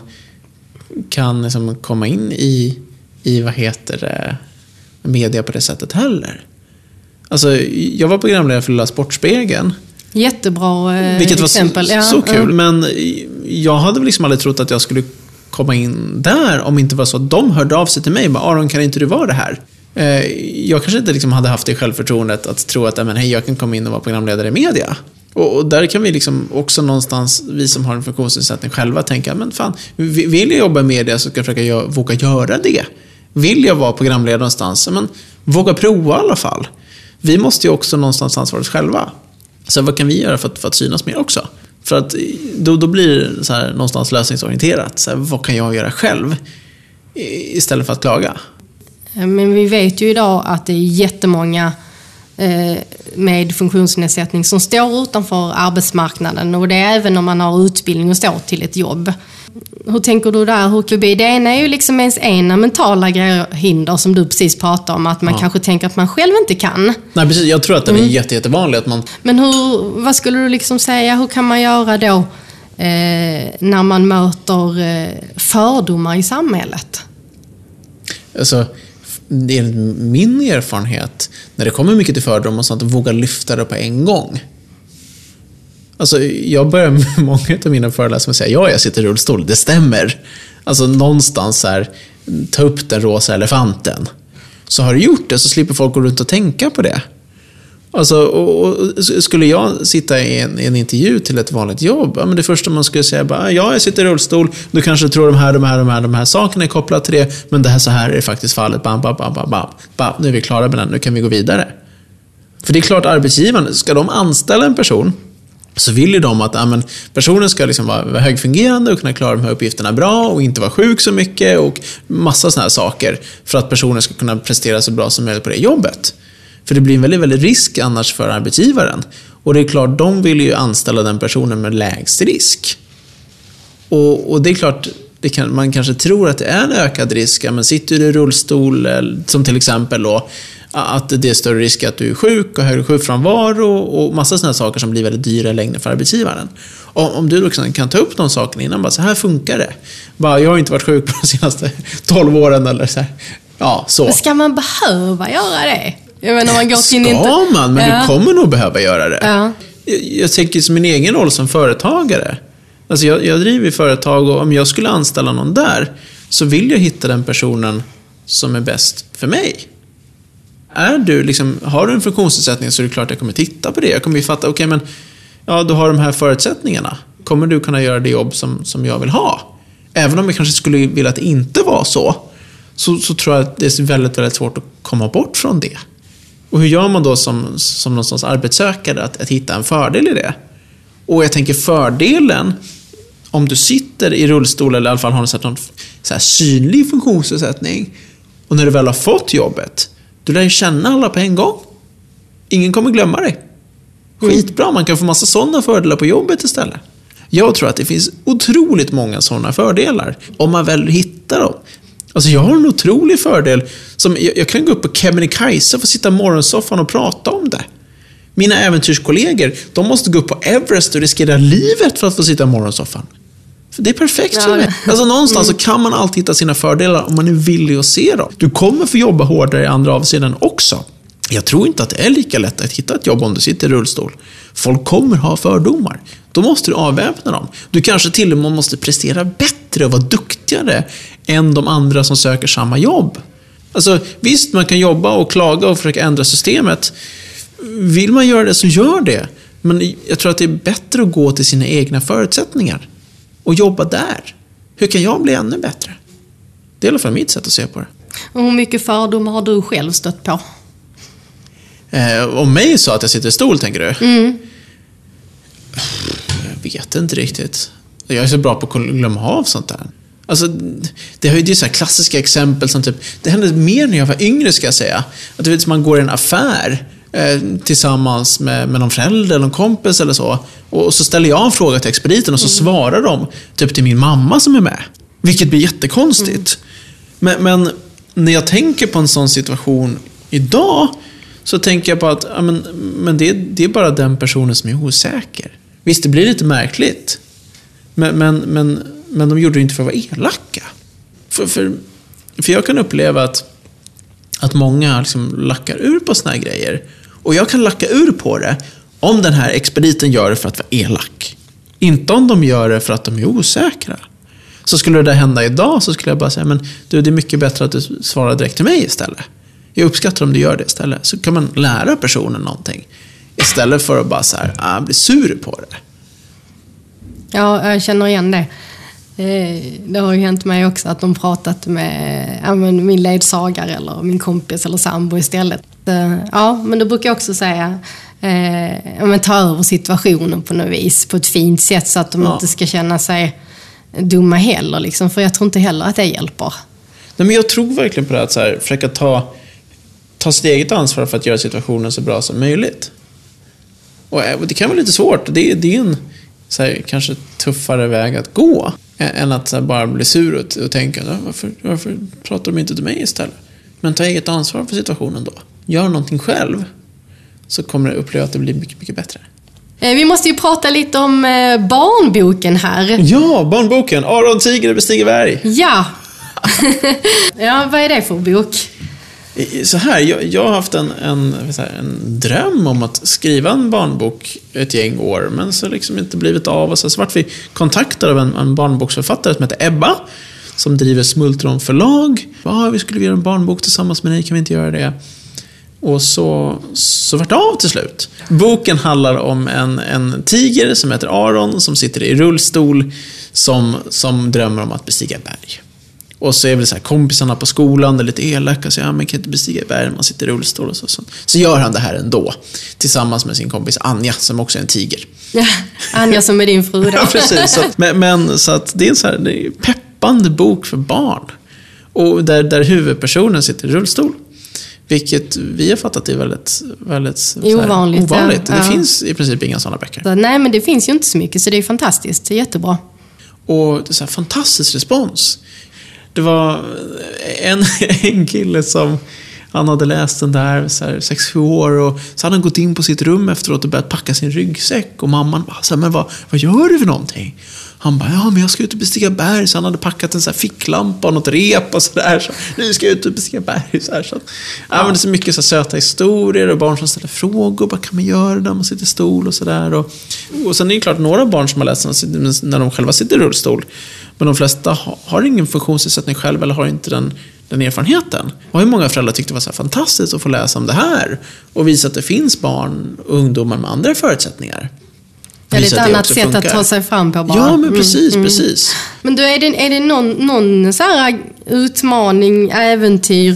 kan liksom, komma in i i vad heter det, media på det sättet heller. Alltså, jag var programledare för Lilla Sportspegeln. Jättebra eh, vilket exempel. var så, så kul. Mm. Men jag hade väl liksom aldrig trott att jag skulle komma in där om inte var så att de hörde av sig till mig och bara, Aron, kan inte du vara det här? Eh, jag kanske inte liksom hade haft det självförtroendet att tro att men, hej, jag kan komma in och vara programledare i media. Och, och där kan vi liksom också någonstans, vi som har en funktionsnedsättning själva, tänka, men fan, vill jag jobba i media så ska jag försöka gö- våga göra det. Vill jag vara programledare någonstans, men våga prova i alla fall. Vi måste ju också någonstans ansvara oss själva. Så vad kan vi göra för att, för att synas mer också? För att då, då blir det så här någonstans lösningsorienterat. Så här, vad kan jag göra själv? Istället för att klaga. Men vi vet ju idag att det är jättemånga eh, med funktionsnedsättning som står utanför arbetsmarknaden. Och det är även om man har utbildning och står till ett jobb. Hur tänker du där? Hur det ena är ju liksom ens ena mentala hinder som du precis pratade om. Att man ja. kanske tänker att man själv inte kan. Nej, precis. Jag tror att det är mm. jätte, jättevanligt att man... Men hur, vad skulle du liksom säga? Hur kan man göra då eh, när man möter eh, fördomar i samhället? Alltså, det är min erfarenhet när det kommer mycket till fördomar och sånt, att våga lyfta det på en gång. Alltså, jag börjar med många av mina föreläsare säga, ja, jag sitter i rullstol, det stämmer. Alltså någonstans här, ta upp den rosa elefanten. Så har du gjort det så slipper folk gå runt och tänka på det. Alltså, och, och, skulle jag sitta i en, en intervju till ett vanligt jobb, ja, men det första man skulle säga bara, ja, jag sitter i rullstol, du kanske tror de här, de här, de här, de här sakerna är kopplat till det, men det här så här är faktiskt fallet, bam, bam, bam, bam, bam, bam, nu är vi klara med den, nu kan vi gå vidare. För det är klart, arbetsgivaren, ska de anställa en person, så vill ju de att ja, men personen ska liksom vara högfungerande och kunna klara de här uppgifterna bra och inte vara sjuk så mycket och massa såna här saker för att personen ska kunna prestera så bra som möjligt på det jobbet. För det blir en väldigt, väldigt risk annars för arbetsgivaren. Och det är klart, de vill ju anställa den personen med lägst risk. Och, och det är klart, det kan, man kanske tror att det är en ökad risk. Ja, men sitter du i rullstol, som till exempel då, att det är större risk att du är sjuk och högre sjukfrånvaro och massa sådana saker som blir väldigt dyra längre för arbetsgivaren. Och om du då kan ta upp de sakerna innan, bara så här funkar det. Bara, jag har inte varit sjuk på de senaste tolv åren eller så här. Ja, så. Men ska man behöva göra det? Jag menar, man går ska till inte... man, men ja. Du kommer nog behöva göra det. Ja. Jag, jag tänker som min egen roll som företagare. Alltså jag, jag driver företag och om jag skulle anställa någon där så vill jag hitta den personen som är bäst för mig. Är du liksom, har du en funktionsnedsättning så är det klart att jag kommer titta på det. Jag kommer ju fatta, okej okay, men ja, du har de här förutsättningarna. Kommer du kunna göra det jobb som, som jag vill ha? Även om jag kanske skulle vilja att det inte var så, så, så tror jag att det är väldigt, väldigt svårt att komma bort från det. Och hur gör man då som, som någonstans arbetssökare att, att hitta en fördel i det? Och jag tänker fördelen, om du sitter i rullstol eller i alla fall har någon så här synlig funktionsnedsättning och när du väl har fått jobbet, Du lär ju känna alla på en gång. Ingen kommer glömma dig. Skitbra, man kan få massa sådana fördelar på jobbet istället. Jag tror att det finns otroligt många sådana fördelar om man väl hittar dem. Alltså jag har en otrolig fördel som jag, jag kan gå upp på Kebnekaise och få sitta i morgonsoffan och prata om det. Mina äventyrskollegor, de måste gå upp på Everest och riskera livet för att få sitta i morgonsoffan. För det är perfekt för mig. Alltså någonstans så kan man alltid hitta sina fördelar om man är villig att se dem. Du kommer få jobba hårdare i andra avseenden också. Jag tror inte att det är lika lätt att hitta ett jobb om du sitter i rullstol. Folk kommer ha fördomar. Då måste du avväpna dem. Du kanske till och med måste prestera bättre och vara duktigare än de andra som söker samma jobb. Alltså visst, man kan jobba och klaga och försöka ändra systemet. Vill man göra det så gör det. Men jag tror att det är bättre att gå till sina egna förutsättningar och jobba där. Hur kan jag bli ännu bättre? Det är i alla fall mitt sätt att se på det. Och hur mycket fördomar har du själv stött på? Eh, om mig så att jag sitter i stol, tänker du? Mm. Jag vet inte riktigt. Jag är så bra på att glömma av sånt där. Alltså, det har ju det så här klassiska exempel som typ, det hände mer när jag var yngre, ska jag säga. Att du vet, man går i en affär eh, tillsammans med, med någon förälder eller någon kompis eller så. Och, och så ställer jag en fråga till expediten och så mm. svarar de typ till min mamma som är med. Vilket blir jättekonstigt. Mm. Men, men när jag tänker på en sån situation idag, så tänker jag på att ja, men, men det, det är bara den personen som är osäker. Visst, det blir lite märkligt. Men, men, men, men de gjorde det inte för att vara elaka. För, för, för jag kan uppleva att, att många liksom lackar ur på såna här grejer. Och jag kan lacka ur på det om den här expediten gör det för att vara elak. Inte om de gör det för att de är osäkra. Så skulle det där hända idag, så skulle jag bara säga, men du, det är mycket bättre att du svarar direkt till mig istället. Jag uppskattar om du gör det istället. Så kan man lära personen någonting. Istället för att bara så här, ah, bli sur på det. Ja, jag känner igen det. Det har ju hänt mig också att de pratat med ja, men min ledsagare eller min kompis eller sambo istället. Ja, men då brukar jag också säga eh, ja, men ta över situationen på något vis. På ett fint sätt så att de ja. inte ska känna sig dumma heller. Liksom, för jag tror inte heller att det hjälper. Nej, men jag tror verkligen på det att så här, försöka ta, ta sitt eget ansvar för att göra situationen så bra som möjligt. Och det kan vara lite svårt. Det, det är en så här, kanske tuffare väg att gå än att så här, bara bli sur och, och tänka varför, varför pratar de inte till mig istället? Men ta eget ansvar för situationen då. Gör någonting själv, så kommer du uppleva att det blir mycket, mycket bättre. Vi måste ju prata lite om barnboken här. Ja, barnboken. Aron Tiger bestiger berg. Ja. Ja, vad är det för bok? Så här, jag, jag har haft en, en, en dröm om att skriva en barnbok ett gäng år, men så liksom inte blivit av. Och så, så vart vi kontaktade av en, en barnboksförfattare som heter Ebba, som driver Smultron förlag. Ja, vi skulle göra en barnbok tillsammans med dig, kan vi inte göra det? Och så, så vart det av till slut. Boken handlar om en, en tiger som heter Aron, som sitter i rullstol, som, som drömmer om att bestiga berg. Och så är väl så här, kompisarna på skolan, det är lite elaka, och säger, ja, men kan inte bestiga berg, man sitter i rullstol och så, så. Så gör han det här ändå, tillsammans med sin kompis Anja, som också är en tiger. Ja, Anja som är din fru då. Ja, precis. Så, men, men så att det är en så här, det är en peppande bok för barn. Och där, där huvudpersonen sitter i rullstol. Vilket vi har fattat är väldigt, väldigt ovanligt. Här, ovanligt. Ja. Det finns i princip inga sådana böcker. Så, nej, men det finns ju inte så mycket, så det är fantastiskt. Det är jättebra. Och det är så här fantastisk respons. Det var en, en kille som han hade läst den där så här, sex sju år, och så hade han gått in på sitt rum efteråt och börjat packa sin ryggsäck, och mamman bara så här, men vad, vad gör du för någonting? Han bara, ja, men jag ska ut och bestiga berg. Så han hade packat en så här ficklampa och något rep och sådär. Så nu ska jag ut och bestiga berg. Så här, så. Ja, men det är så mycket så söta historier och barn som ställer frågor. Vad kan man göra när man sitter i stol och sådär. Och, och sen är det klart några barn som har läst den när de själva sitter i rullstol. Men de flesta har ingen funktionsnedsättning själv eller har inte den, den erfarenheten. Och hur många föräldrar tyckte det var så här fantastiskt att få läsa om det här. Och visa att det finns barn och ungdomar med andra förutsättningar. Det är ett annat sätt funkar. Att ta sig fram på bara. Ja, men precis, mm, precis. Mm. Men då är det, är det någon, någon så här utmaning, äventyr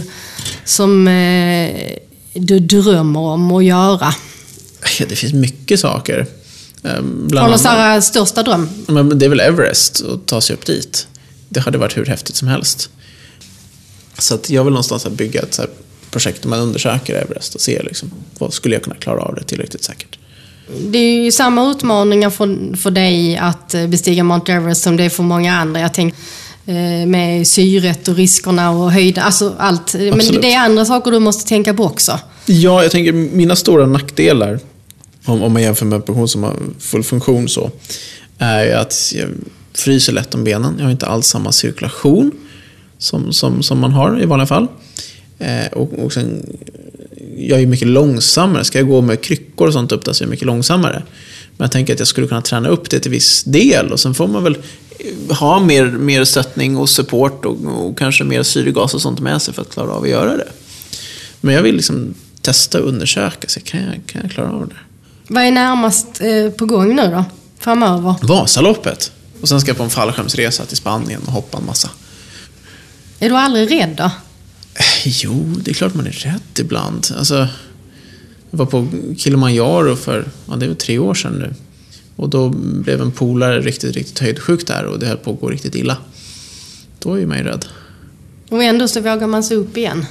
som eh, du drömmer om att göra? Ja, det finns mycket saker. Bland Har du så här största dröm? Men det är väl Everest, att ta sig upp dit. Det hade varit hur häftigt som helst. Så att jag vill någonstans bygga ett så här projekt man undersöker Everest och ser liksom, vad skulle jag kunna klara av det tillräckligt säkert. Det är ju samma utmaningar för, för dig att bestiga Mount Everest som det är för många andra. Jag tänker med syret och riskerna och höjden, alltså allt. Men Absolut. det är andra saker du måste tänka på också. Ja, jag tänker mina stora nackdelar, om, om man jämför med en person som har full funktion så, är ju att jag fryser lätt om benen. Jag har inte alls samma cirkulation som, som, som man har i vanliga fall. Eh, och, och sen, jag är mycket långsammare. Ska jag gå med kryckor och sånt upp där så är jag mycket långsammare. Men jag tänker att jag skulle kunna träna upp det till viss del. Och sen får man väl ha mer, mer stöttning och support och, och kanske mer syrgas och sånt med sig för att klara av att göra det. Men jag vill liksom testa och undersöka. Så kan jag, kan jag klara av det? Vad är närmast eh, på gång nu då? Framöver? Vasaloppet. Och sen ska jag på en fallskärmsresa till Spanien och hoppa en massa. Är du aldrig rädd då? Jo, det är klart man är rädd ibland. Alltså, jag var på Kilimanjaro för ja, det var tre år sedan nu. Och då blev en polare riktigt, riktigt höjdsjuk där och det höll på att gå riktigt illa. Då är ju man ju rädd. Och ändå så vågar man sig upp igen.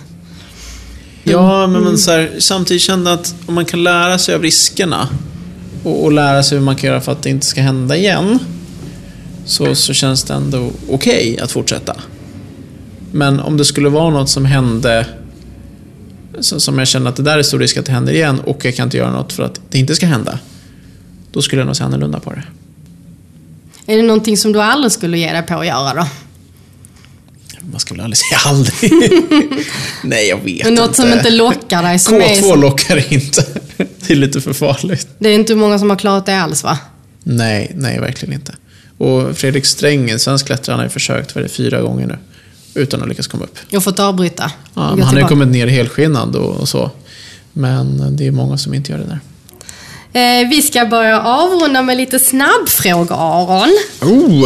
Ja, men man så här, samtidigt kände att om man kan lära sig av riskerna och, och lära sig hur man kan göra för att det inte ska hända igen, så, så känns det ändå okej okay att fortsätta. Men om det skulle vara något som hände, som jag känner att det där är stor risk att det händer igen och jag kan inte göra något för att det inte ska hända, då skulle jag nog se annorlunda på det. Är det någonting som du aldrig skulle ge dig på att göra då? Man ska väl aldrig säga aldrig. Nej, jag vet Men något inte. som inte lockar dig. Som K två är som... lockar inte. Det är lite för farligt. Det är inte många som har klarat det alls, va? Nej, nej, verkligen inte. Och Fredrik Sträng, en svensk klättrare, har försökt för det fyra gånger nu utan att lyckas komma upp. Jag har fått avbryta. Ja, han har ju kommit ner helskinnad och, och så. Men det är många som inte gör det där. Eh, vi ska börja avrunda med lite snabbfrågor, Aron. Oh!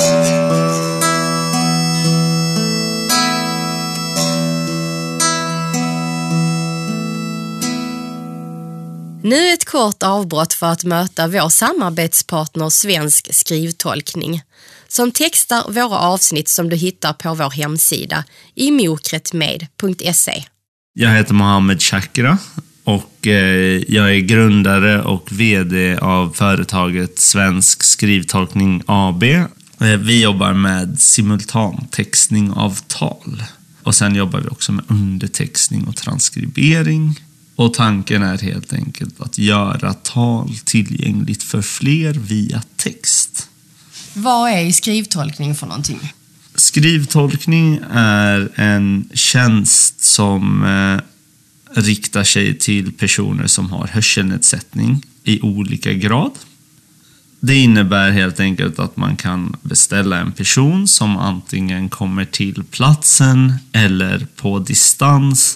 Nu ett kort avbrott för att möta vår samarbetspartner Svensk skrivtolkning, som textar våra avsnitt som du hittar på vår hemsida i mokretmed punkt se. Jag heter Mohammed Shakira och jag är grundare och vd av företaget Svensk skrivtolkning A B. Vi jobbar med simultantextning av tal och sen jobbar vi också med undertextning och transkribering. Och tanken är helt enkelt att göra tal tillgängligt för fler via text. Vad är skrivtolkning för någonting? Skrivtolkning är en tjänst som eh, riktar sig till personer som har hörselnedsättning i olika grad. Det innebär helt enkelt att man kan beställa en person som antingen kommer till platsen eller på distans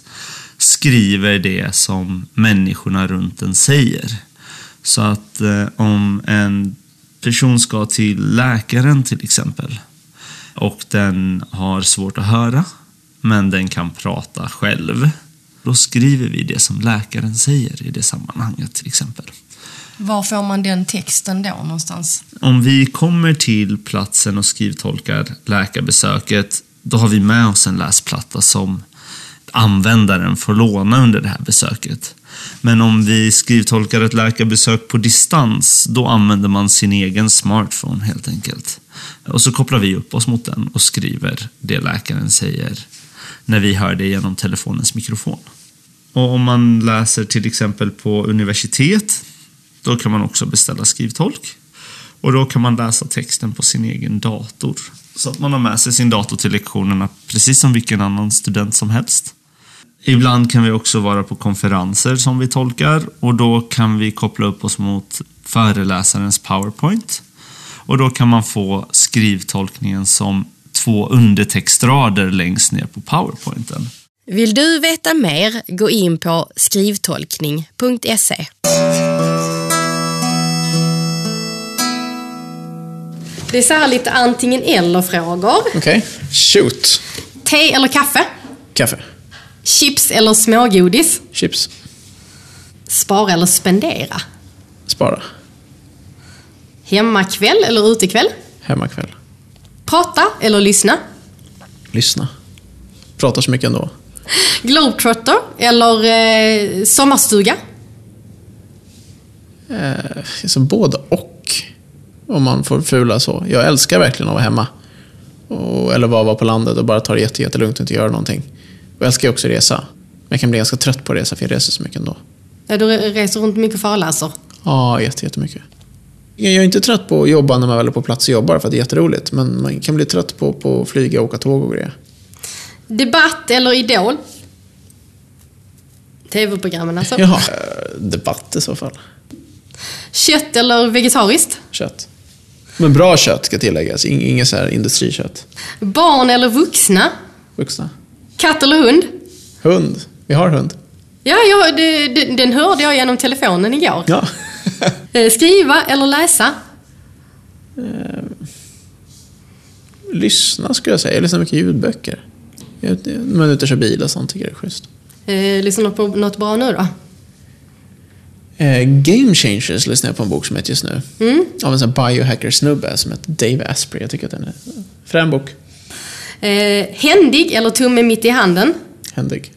skriver det som människorna runt en säger. Så att eh, om en person ska till läkaren till exempel och den har svårt att höra men den kan prata själv, då skriver vi det som läkaren säger i det sammanhanget till exempel. Var får man den texten då någonstans? Om vi kommer till platsen och skrivtolkar läkarbesöket, då har vi med oss en läsplatta som användaren får låna under det här besöket. Men om vi skrivtolkar ett läkarbesök på distans, då använder man sin egen smartphone helt enkelt. Och så kopplar vi upp oss mot den och skriver det läkaren säger när vi hör det genom telefonens mikrofon. Och om man läser till exempel på universitet, då kan man också beställa skrivtolk. Och då kan man läsa texten på sin egen dator. Så att man har med sig sin dator till lektionerna precis som vilken annan student som helst. Ibland kan vi också vara på konferenser som vi tolkar och då kan vi koppla upp oss mot föreläsarens PowerPoint. Och då kan man få skrivtolkningen som två undertextrader längst ner på PowerPointen. Vill du veta mer, gå in på skrivtolkning punkt se. Det är så här lite antingen eller frågor. Okej, okay. Shoot. Te eller kaffe? Kaffe. Chips eller smågodis? Chips. Spara eller spendera? Spara. Hemmakväll eller utekväll? Hemmakväll. Prata eller lyssna? Lyssna. Pratar så mycket ändå. Globetrotter eller eh, sommarstuga? Eh, så både och. Om man får fula så. Jag älskar verkligen att vara hemma. Och, eller vara, vara på landet och bara ta det jätte, jättelugnt och inte göra någonting. Jag älskar också resa. Men jag kan bli ganska trött på att resa för jag reser så mycket ändå. Ja, du reser runt mycket och föreläser? Ja, jätte, jättemycket. Jag är inte trött på att jobba när man väl är på plats och jobbar för att det är jätteroligt. Men man kan bli trött på, på att flyga och åka tåg och grejer. Debatt eller Idol? T V-programmen alltså. Ja, debatt i så fall. Kött eller vegetariskt? Kött. Men bra kött ska tilläggas. Inget så här industrikött. Barn eller vuxna? Vuxna. Katt eller hund? Hund. Vi har hund. Ja, ja det, det, den hörde jag genom telefonen igår. Ja. Skriva eller läsa? Eh, lyssna skulle jag säga. Jag lyssnar mycket ljudböcker. Jag, man är ute och kör bil och sånt tycker jag är schysst. Eh, lyssnar på något bra nu då? Eh, Game Changers lyssnar jag på en bok som heter just nu. Mm. Av en sån biohacker-snubbe som heter Dave Asprey. Jag tycker att den är en frän bok. Eh, händig eller tumme mitt i handen? Händig.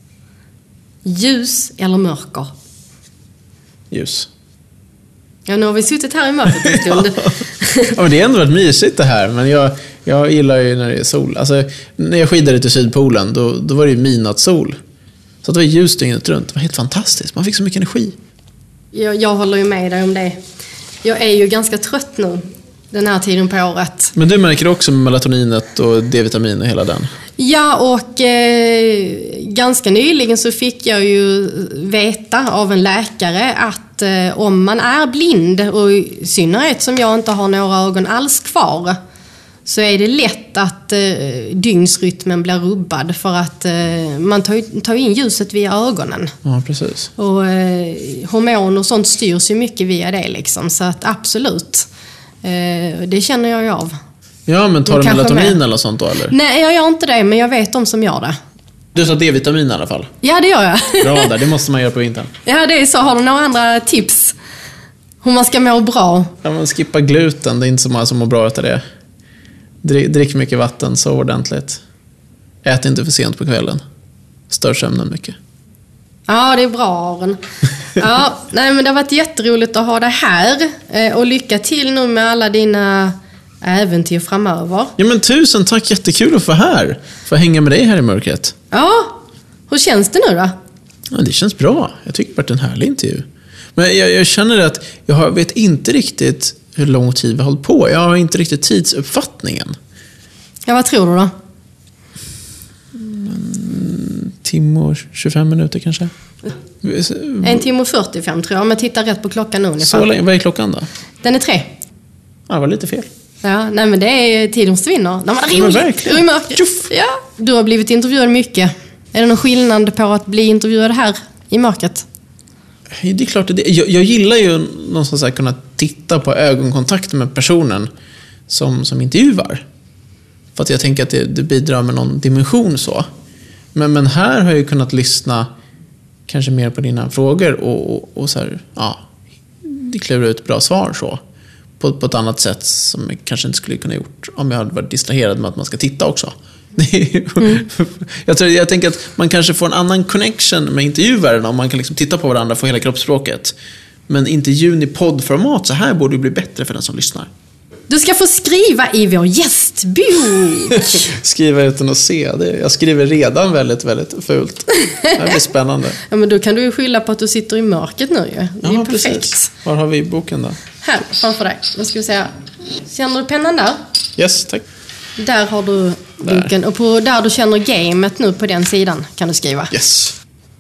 Ljus eller mörker? Ljus. Ja, nu har vi suttit här i mörkret en stund. Ja, men det har ändå varit mysigt det här. Men jag, jag gillar ju när det är sol. Alltså, när jag skidade till Sydpolen, då, då var det ju midnattssol. Så det var ljust dygnet runt. Det var helt fantastiskt. Man fick så mycket energi. Jag, jag håller ju med dig om det. Jag är ju ganska trött nu den här tiden på året. Men du märker också med melatoninet och D-vitamin och hela den? Ja, och eh, ganska nyligen så fick jag ju veta av en läkare att eh, om man är blind, och i synnerhet som jag inte har några ögon alls kvar, så är det lätt att eh, dygnsrytmen blir rubbad för att eh, man tar, tar in ljuset via ögonen. Ja, precis. Och eh, hormon och sånt styrs ju mycket via det liksom, så att absolut. Eh, det känner jag ju av. Ja, men tar Och du kanske melatonin med. eller sånt då, eller? Nej, jag gör inte det, men jag vet de som gör det. Du sa D-vitamin i alla fall. Ja, det gör jag. Bra där, det måste man göra på vintern. Ja, det är så. Har du några andra tips? Hur man ska må bra? Ja, men skippa gluten, det är inte så många som mår bra utav det. Drick, drick mycket vatten, så ordentligt. Ät inte för sent på kvällen. Stör sömnen mycket. Ja, det är bra, Aron. Ja, nej, men det har varit jätteroligt att ha det här. Eh, Och lycka till nu med alla dina äventyr framöver. Ja, men tusen tack, jättekul att få här. Få hänga med dig här i mörkret. Ja, hur känns det nu då? Ja, det känns bra. Jag tycker det har varit en härlig intervju. Men jag, jag känner att jag har, vet inte riktigt hur lång tid vi har hållit på. Jag har inte riktigt tidsuppfattningen. Ja, vad tror du då? En timme och tjugofem minuter kanske. En timme och fyrtiofem tror jag, om jag tittar rätt på klockan nu ungefär. Så länge, vad är klockan då? Den är tre. Ja, det var lite fel. Ja, nej men det är tiden som vinner. Nej, men men verkligen. I mörkret. Ja. Du har blivit intervjuad mycket. Är det någon skillnad på att bli intervjuad här i mörkret? Det är klart att det, jag, jag gillar ju någonstans att kunna titta på ögonkontakt med personen som, som intervjuar. För att jag tänker att det, det bidrar med någon dimension så. Men, men här har jag ju kunnat lyssna kanske mer på dina frågor och, och, och så här, ja, det klura ut bra svar så. På, på ett annat sätt som jag kanske inte skulle kunna gjort om jag hade varit distraherad med att man ska titta också. Mm. jag, tror, jag tänker att man kanske får en annan connection med intervjuaren om man kan liksom titta på varandra och få hela kroppsspråket. Men intervjun i poddformat så här borde ju bli bättre för den som lyssnar. Du ska få skriva i vår gästbok. Skriva utan att se. Det, jag skriver redan väldigt, väldigt fult. Det blir spännande. Ja, men då kan du ju skylla på att du sitter i mörkret nu ju. Det är Ja, ju perfekt. precis. Var har vi boken då? Här, framför dig. Nu ska vi se. Känner du pennan där? Yes, tack. Där har du Där. boken. Och på där du känner gamet nu på den sidan kan du skriva. Yes.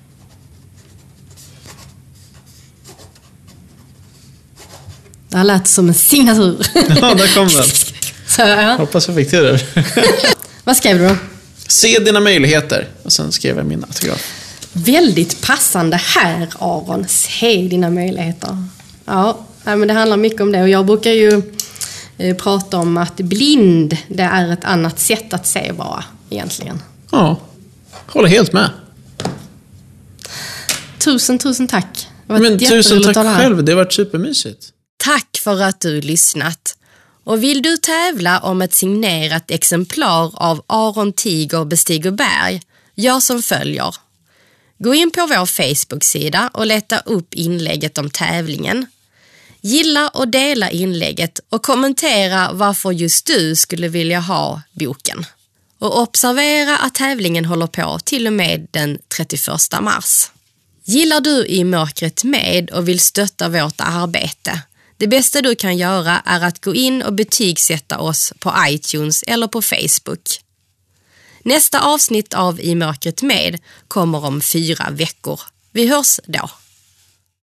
Det här lät som en signatur. Ja, där kom den. Så, ja. Hoppas jag fick till det. Vad skrev du då? Se dina möjligheter. Och sen skrev jag min autograf. Väldigt passande här, Aron. Se dina möjligheter. Ja, nej, men det handlar mycket om det. Och jag brukar ju eh, prata om att blind, det är ett annat sätt att se bara, egentligen. Ja, håller helt med. Tusen, tusen tack. Det var Men tusen jätteroligt tack att ha det här. själv. Det har varit supermysigt. Tack för att du lyssnat. Och vill du tävla om ett signerat exemplar av Aron Tiger bestiger berg, Gör som följer. Gå in på vår Facebook-sida och leta upp inlägget om tävlingen. Gilla och dela inlägget och kommentera varför just du skulle vilja ha boken. Och observera att tävlingen håller på till och med den trettioförsta mars. Gillar du I mörkret med och vill stötta vårt arbete? Det bästa du kan göra är att gå in och betygsätta oss på iTunes eller på Facebook. Nästa avsnitt av I mörkret med kommer om fyra veckor. Vi hörs då.